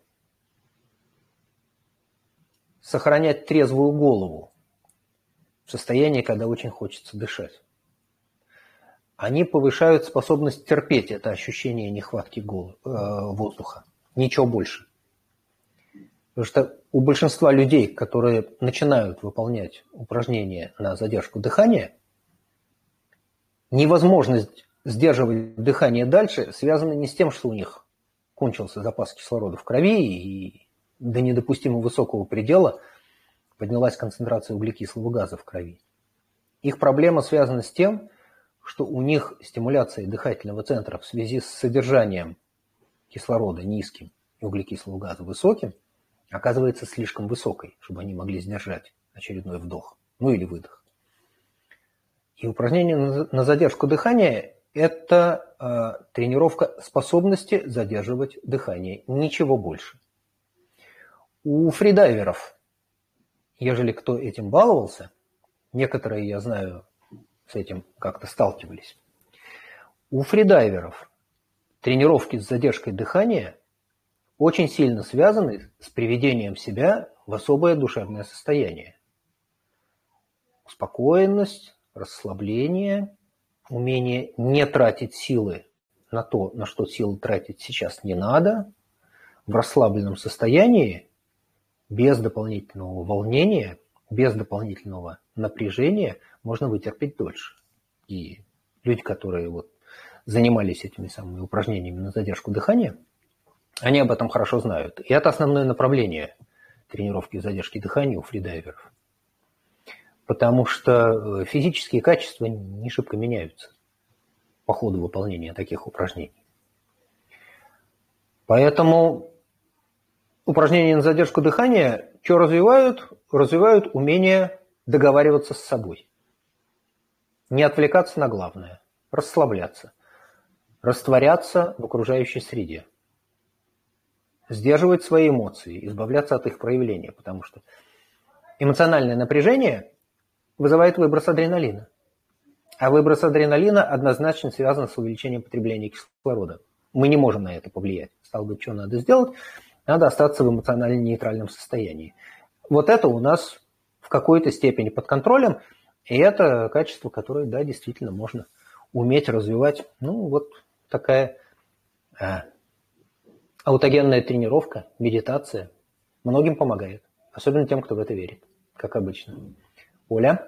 сохранять трезвую голову в состоянии, когда очень хочется дышать. Они повышают способность терпеть это ощущение нехватки воздуха. Ничего больше. Потому что у большинства людей, которые начинают выполнять упражнения на задержку дыхания, невозможность сдерживать дыхание дальше связана не с тем, что у них кончился запас кислорода в крови и до недопустимо высокого предела поднялась концентрация углекислого газа в крови. Их проблема связана с тем, что у них стимуляция дыхательного центра в связи с содержанием кислорода низким и углекислого газа высоким, оказывается слишком высокой, чтобы они могли сдержать очередной вдох, ну или выдох. И упражнение на задержку дыхания – это тренировка способности задерживать дыхание, ничего больше. У фридайверов, ежели кто этим баловался, некоторые, я знаю, с этим как-то сталкивались, у фридайверов тренировки с задержкой дыхания очень сильно связаны с приведением себя в особое душевное состояние. Успокоенность, расслабление, умение не тратить силы на то, на что силы тратить сейчас не надо, в расслабленном состоянии, без дополнительного волнения, без дополнительного напряжения можно вытерпеть дольше. И люди, которые вот занимались этими самыми упражнениями на задержку дыхания, они об этом хорошо знают. И это основное направление тренировки задержки дыхания у фридайверов. Потому что физические качества не шибко меняются по ходу выполнения таких упражнений. Поэтому упражнения на задержку дыхания что развивают? Развивают умение договариваться с собой. Не отвлекаться на главное. Расслабляться. Растворяться в окружающей среде. Сдерживать свои эмоции, избавляться от их проявления. Потому что эмоциональное напряжение вызывает выброс адреналина. А выброс адреналина однозначно связан с увеличением потребления кислорода. Мы не можем на это повлиять. Стало быть, что надо сделать? Надо остаться в эмоционально нейтральном состоянии. Вот это у нас в какой-то степени под контролем. И это качество, которое, да, действительно можно уметь развивать. Ну, вот такая аутогенная тренировка, медитация многим помогает. Особенно тем, кто в это верит, как обычно. Оля?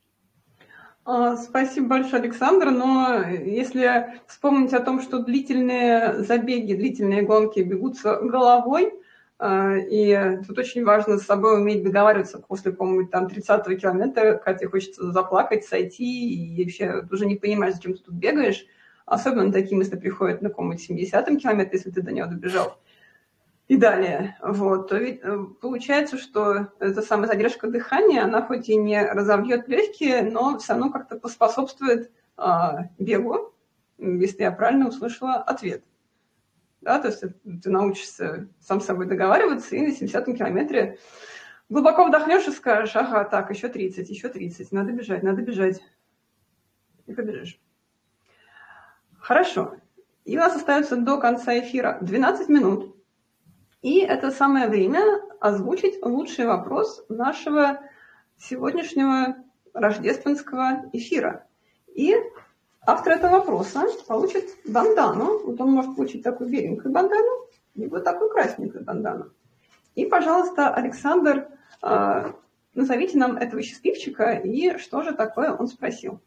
Спасибо большое, Александр. Но если вспомнить о том, что длительные забеги, длительные гонки бегутся головой, и тут очень важно с собой уметь договариваться после, по-моему, там 30-го километра, когда тебе хочется заплакать, сойти, и вообще уже не понимаешь, зачем ты тут бегаешь. Особенно такие мысли приходят на каком-нибудь 70-м километре, если ты до него добежал. И далее. Вот. То ведь получается, что эта самая задержка дыхания, она хоть и не разовьет легкие, но все равно как-то поспособствует бегу, если я правильно услышала ответ. Да, то есть ты научишься сам с собой договариваться, и на 70-м километре глубоко вдохнешь и скажешь: ага, так, еще 30, надо бежать. И побежишь. Хорошо. И у нас остается до конца эфира 12 минут. И это самое время озвучить лучший вопрос нашего сегодняшнего рождественского эфира. И автор этого вопроса получит бандану. Вот он может получить такую беленькую бандану, либо такую красненькую бандану. И, пожалуйста, Александр, назовите нам этого счастливчика и что же такое он спросил.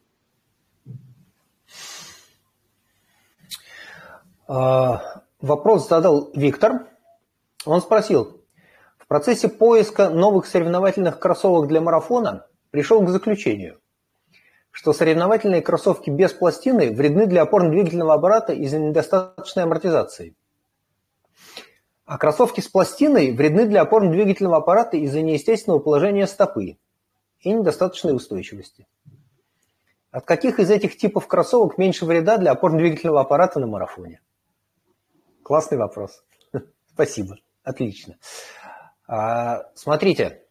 Вопрос задал Виктор. Он спросил: в процессе поиска новых соревновательных кроссовок для марафона пришел к заключению, что соревновательные кроссовки без пластины вредны для опорно-двигательного аппарата из-за недостаточной амортизации. А кроссовки с пластиной вредны для опорно-двигательного аппарата из-за неестественного положения стопы и недостаточной устойчивости. От каких из этих типов кроссовок меньше вреда для опорно-двигательного аппарата на марафоне? Классный вопрос. Спасибо. Отлично. Смотрите,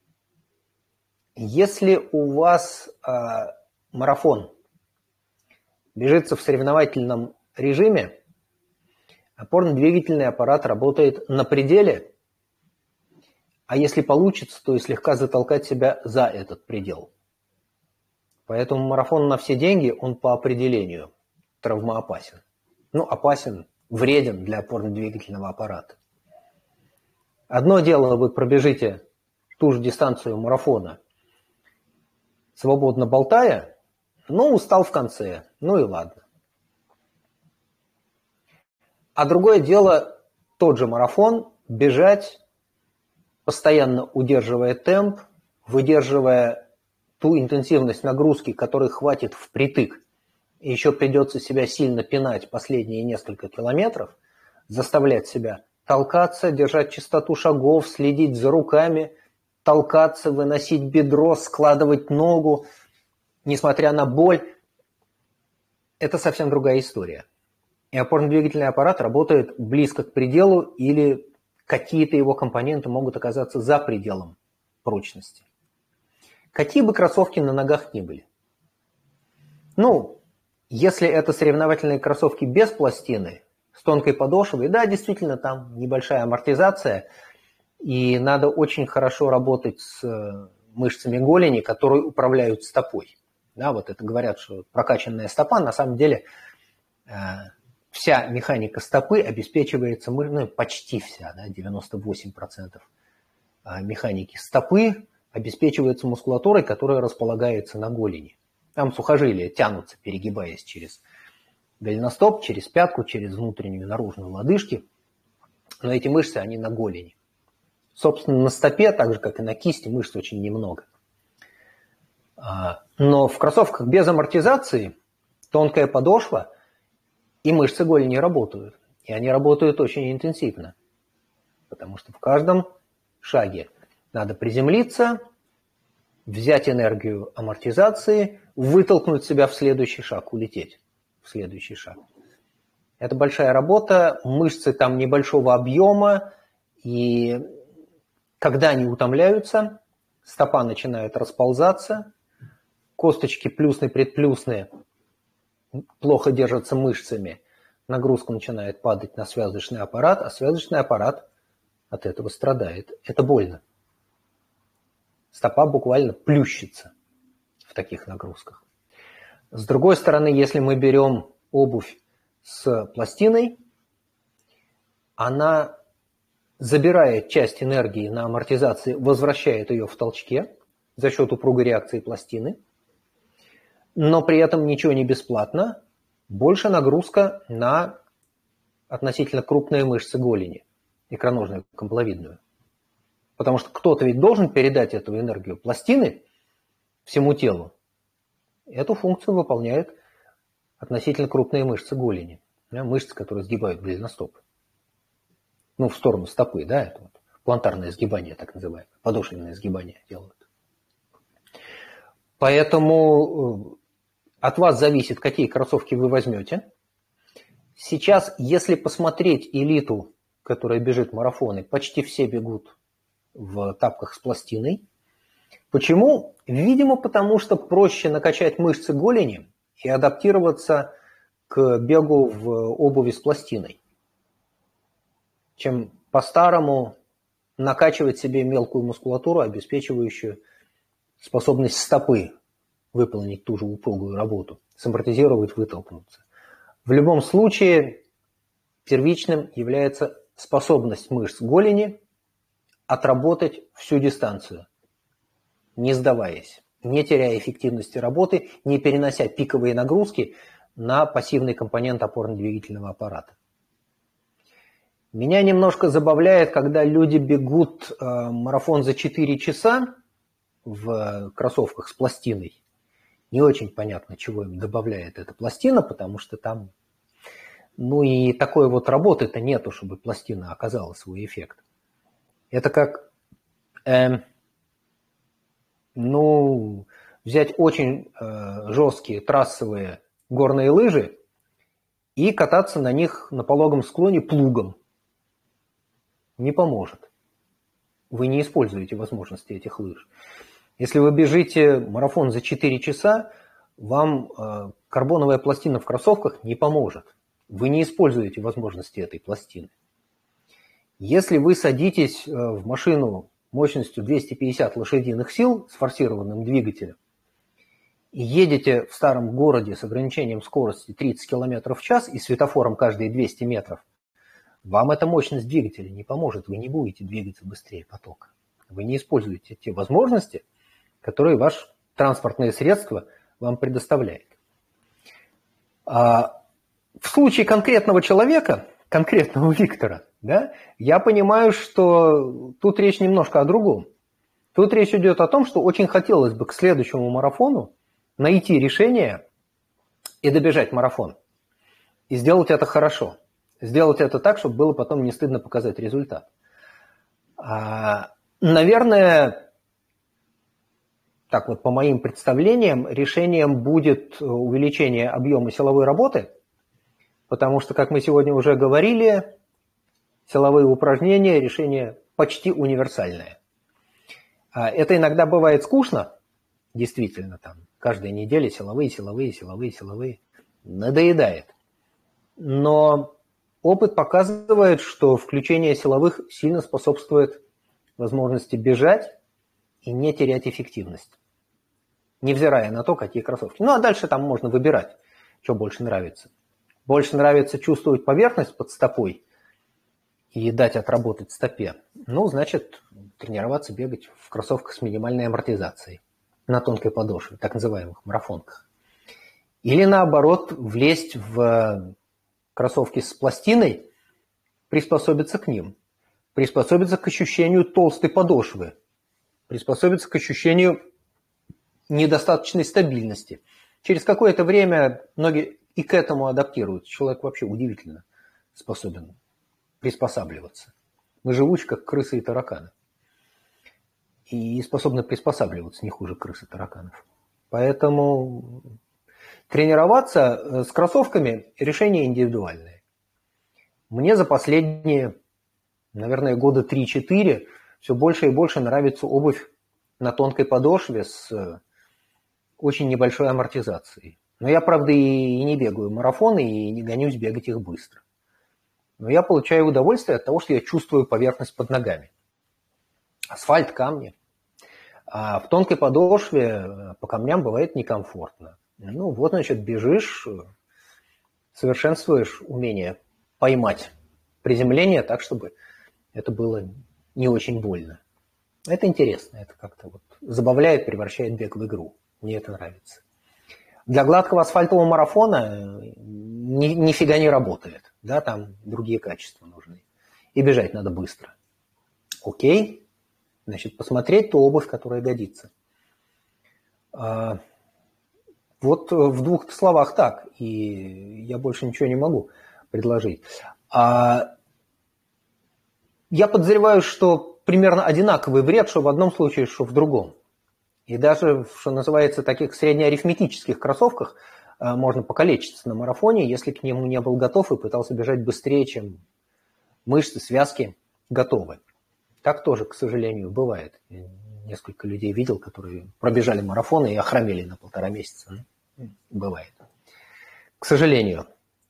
если у вас марафон бежится в соревновательном режиме, опорно-двигательный аппарат работает на пределе, а если получится, то и слегка затолкать себя за этот предел. Поэтому марафон на все деньги, он по определению травмоопасен. Ну, опасен, вреден для опорно-двигательного аппарата. Одно дело, вы пробежите ту же дистанцию марафона, свободно болтая, но устал в конце, ну и ладно. А другое дело, тот же марафон, бежать, постоянно удерживая темп, выдерживая ту интенсивность нагрузки, которой хватит впритык, и еще придется себя сильно пинать последние несколько километров, заставлять себя толкаться, держать частоту шагов, следить за руками, толкаться, выносить бедро, складывать ногу, несмотря на боль. Это совсем другая история. И опорно-двигательный аппарат работает близко к пределу или какие-то его компоненты могут оказаться за пределом прочности. Какие бы кроссовки на ногах ни были. Ну, если это соревновательные кроссовки без пластины, с тонкой подошвой, да, действительно, там небольшая амортизация, и надо очень хорошо работать с мышцами голени, которые управляют стопой. Да, вот это говорят, что прокачанная стопа, на самом деле вся механика стопы обеспечивается, ну, почти вся, да, 98% механики стопы обеспечивается мускулатурой, которая располагается на голени. Там сухожилия тянутся, перегибаясь через голеностоп, через пятку, через внутреннюю и наружную лодыжки. Но эти мышцы, они на голени. Собственно, на стопе, так же, как и на кисти, мышц очень немного. Но в кроссовках без амортизации тонкая подошва и мышцы голени работают. И они работают очень интенсивно. Потому что в каждом шаге надо приземлиться, взять энергию амортизации, вытолкнуть себя в следующий шаг, улететь в следующий шаг. Это большая работа, мышцы там небольшого объема, и когда они утомляются, стопа начинает расползаться, косточки плюсные, предплюсные плохо держатся мышцами, нагрузка начинает падать на связочный аппарат, а связочный аппарат от этого страдает. Это больно. Стопа буквально плющится в таких нагрузках. С другой стороны, если мы берем обувь с пластиной, она забирает часть энергии на амортизации, возвращает ее в толчке за счет упругой реакции пластины, но при этом ничего не бесплатно, больше нагрузка на относительно крупные мышцы голени, икроножную камбаловидную. Потому что кто-то ведь должен передать эту энергию пластины всему телу. Эту функцию выполняют относительно крупные мышцы голени. Мышцы, которые сгибают голеностоп. Ну, в сторону стопы, да, это вот плантарное сгибание, так называемое, подошвенное сгибание делают. Поэтому от вас зависит, какие кроссовки вы возьмете. Сейчас, если посмотреть элиту, которая бежит марафоны, почти все бегут в тапках с пластиной. Почему? Видимо, потому что проще накачать мышцы голени и адаптироваться к бегу в обуви с пластиной, чем по-старому накачивать себе мелкую мускулатуру, обеспечивающую способность стопы выполнить ту же упругую работу, самортизировать, вытолкнуться. В любом случае первичным является способность мышц голени отработать всю дистанцию, не сдаваясь, не теряя эффективности работы, не перенося пиковые нагрузки на пассивный компонент опорно-двигательного аппарата. Меня немножко забавляет, когда люди бегут марафон за 4 часа в кроссовках с пластиной. Не очень понятно, чего им добавляет эта пластина, потому что там, ну и такой вот работы-то нету, чтобы пластина оказала свой эффект. Это как, взять очень жесткие трассовые горные лыжи и кататься на них на пологом склоне плугом. Не поможет. Вы не используете возможности этих лыж. Если вы бежите марафон за 4 часа, вам карбоновая пластина в кроссовках не поможет. Вы не используете возможности этой пластины. Если вы садитесь в машину мощностью 250 лошадиных сил с форсированным двигателем и едете в старом городе с ограничением скорости 30 км в час и светофором каждые 200 метров, вам эта мощность двигателя не поможет. Вы не будете двигаться быстрее потока. Вы не используете те возможности, которые ваше транспортное средство вам предоставляет. В случае конкретного человека, конкретного Виктора, да, я понимаю, что тут речь немножко о другом. Тут речь идет о том, что очень хотелось бы к следующему марафону найти решение и добежать марафон. И сделать это хорошо. Сделать это так, чтобы было потом не стыдно показать результат. Наверное, так вот по моим представлениям, решением будет увеличение объема силовой работы, потому что, как мы сегодня уже говорили, силовые упражнения – решение почти универсальное. Это иногда бывает скучно, действительно, там каждая неделя силовые, надоедает. Но опыт показывает, что включение силовых сильно способствует возможности бежать и не терять эффективность, невзирая на то, какие кроссовки. Ну, а дальше там можно выбирать, что больше нравится. Больше нравится чувствовать поверхность под стопой и дать отработать стопе. Ну, значит, тренироваться, бегать в кроссовках с минимальной амортизацией на тонкой подошве, так называемых марафонках. Или, наоборот, влезть в кроссовки с пластиной, приспособиться к ним, приспособиться к ощущению толстой подошвы, приспособиться к ощущению недостаточной стабильности. Через какое-то время ноги и к этому адаптируются. Человек вообще удивительно способен приспосабливаться. Мы живучи, как крысы и тараканы. И способны приспосабливаться не хуже крыс и тараканов. Поэтому тренироваться с кроссовками – решение индивидуальное. Мне за последние, наверное, года 3-4 все больше и больше нравится обувь на тонкой подошве с очень небольшой амортизацией. Но я, правда, и не бегаю марафоны, и не гонюсь бегать их быстро. Но я получаю удовольствие от того, что я чувствую поверхность под ногами. Асфальт, камни. А в тонкой подошве по камням бывает некомфортно. Ну вот, значит, бежишь, совершенствуешь умение поймать приземление так, чтобы это было не очень больно. Это интересно, это как-то вот забавляет, превращает бег в игру. Мне это нравится. Для гладкого асфальтового марафона нифига не работает. Да, там другие качества нужны. И бежать надо быстро. Окей. Значит, посмотреть ту обувь, которая годится. Вот в 2 словах так. И я больше ничего не могу предложить. Я подозреваю, что примерно одинаковый вред, что в одном случае, что в другом. И даже, что называется, таких среднеарифметических кроссовках можно покалечиться на марафоне, если к нему не был готов и пытался бежать быстрее, чем мышцы, связки готовы. Так тоже, к сожалению, бывает. Я несколько людей видел, которые пробежали марафоны и охромели на 1,5 месяца. Бывает. К сожалению.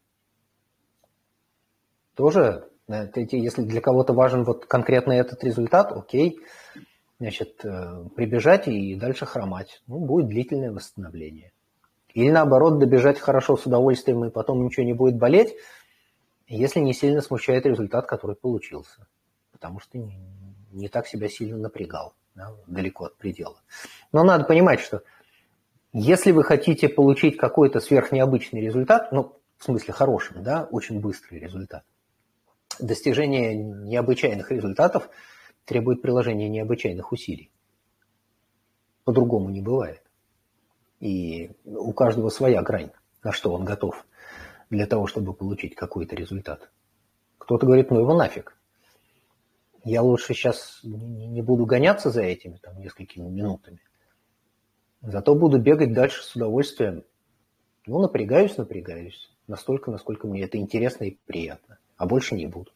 Тоже, если для кого-то важен вот конкретно этот результат, окей, значит, прибежать и дальше хромать. Ну, будет длительное восстановление. Или наоборот, добежать хорошо с удовольствием и потом ничего не будет болеть, если не сильно смущает результат, который получился. Потому что не так себя сильно напрягал, да, далеко от предела. Но надо понимать, что если вы хотите получить какой-то сверхнеобычный результат, ну, в смысле хороший, да, очень быстрый результат, достижение необычайных результатов требует приложения необычайных усилий. По-другому не бывает. И у каждого своя грань, на что он готов для того, чтобы получить какой-то результат. Кто-то говорит, ну его нафиг. Я лучше сейчас не буду гоняться за этими там, несколькими минутами. Зато буду бегать дальше с удовольствием. Ну, напрягаюсь. Настолько, насколько мне это интересно и приятно. А больше не буду.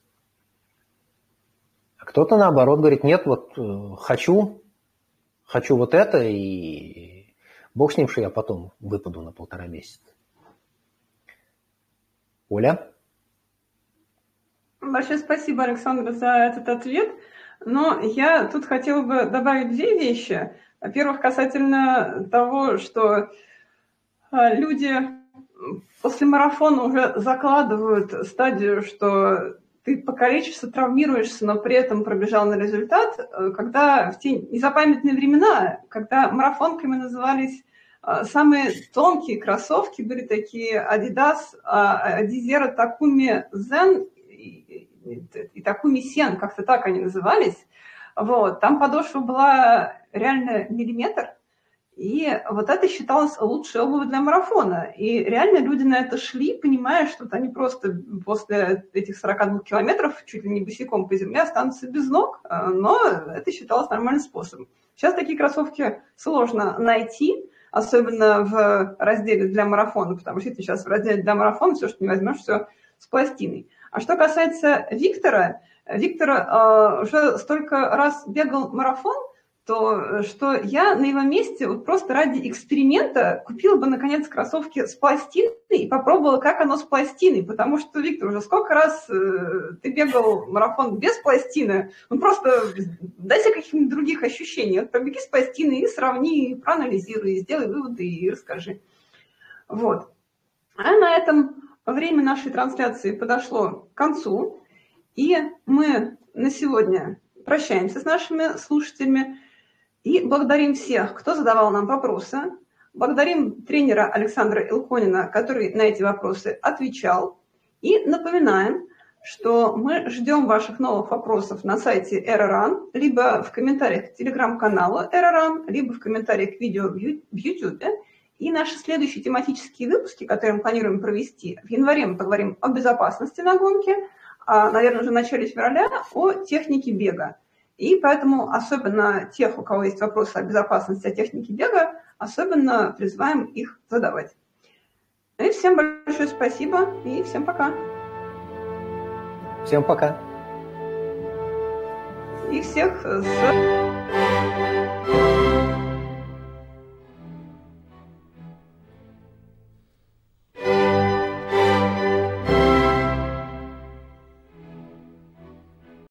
А кто-то, наоборот, говорит, нет, вот хочу вот это, и бог с ним, что я потом выпаду на 1,5 месяца. Оля? Большое спасибо, Александр, за этот ответ. Но я тут хотела бы добавить 2 вещи. Во-первых, касательно того, что люди после марафона уже закладывают стадию, что ты покалечишься, травмируешься, но при этом пробежал на результат, когда в те незапамятные времена, когда марафонками назывались самые тонкие кроссовки, были такие Adidas, Adizero Takumi Zen и Takumi Sen, как-то так они назывались. Вот. Там подошва была реально миллиметр, И вот это считалось лучшей обувью для марафона. И реально люди на это шли, понимая, что они просто после этих 42 километров чуть ли не босиком по земле останутся без ног, но это считалось нормальным способом. Сейчас такие кроссовки сложно найти, особенно в разделе для марафона, потому что сейчас в разделе для марафона все, что не возьмешь, все с пластиной. А что касается Виктора, Виктор уже столько раз бегал марафон, то что я на его месте вот просто ради эксперимента купила бы, наконец, кроссовки с пластиной и попробовала, как оно с пластиной, потому что, Виктор, уже сколько раз ты бегал марафон без пластины, ну просто дай себе каких-нибудь других ощущений. Вот побеги с пластиной и сравни, и проанализируй, и сделай выводы, и расскажи. Вот. А на этом время нашей трансляции подошло к концу, и мы на сегодня прощаемся с нашими слушателями. И благодарим всех, кто задавал нам вопросы. Благодарим тренера Александра Илконина, который на эти вопросы отвечал. И напоминаем, что мы ждем ваших новых вопросов на сайте Эроран, либо в комментариях к телеграм-каналу Эроран, либо в комментариях к видео в YouTube. И наши следующие тематические выпуски, которые мы планируем провести, в январе мы поговорим о безопасности на гонке, а, наверное, уже в начале февраля о технике бега. И поэтому особенно тех, у кого есть вопросы о безопасности, о технике бега, особенно призываем их задавать. И всем большое спасибо и всем пока. Всем пока. И всех с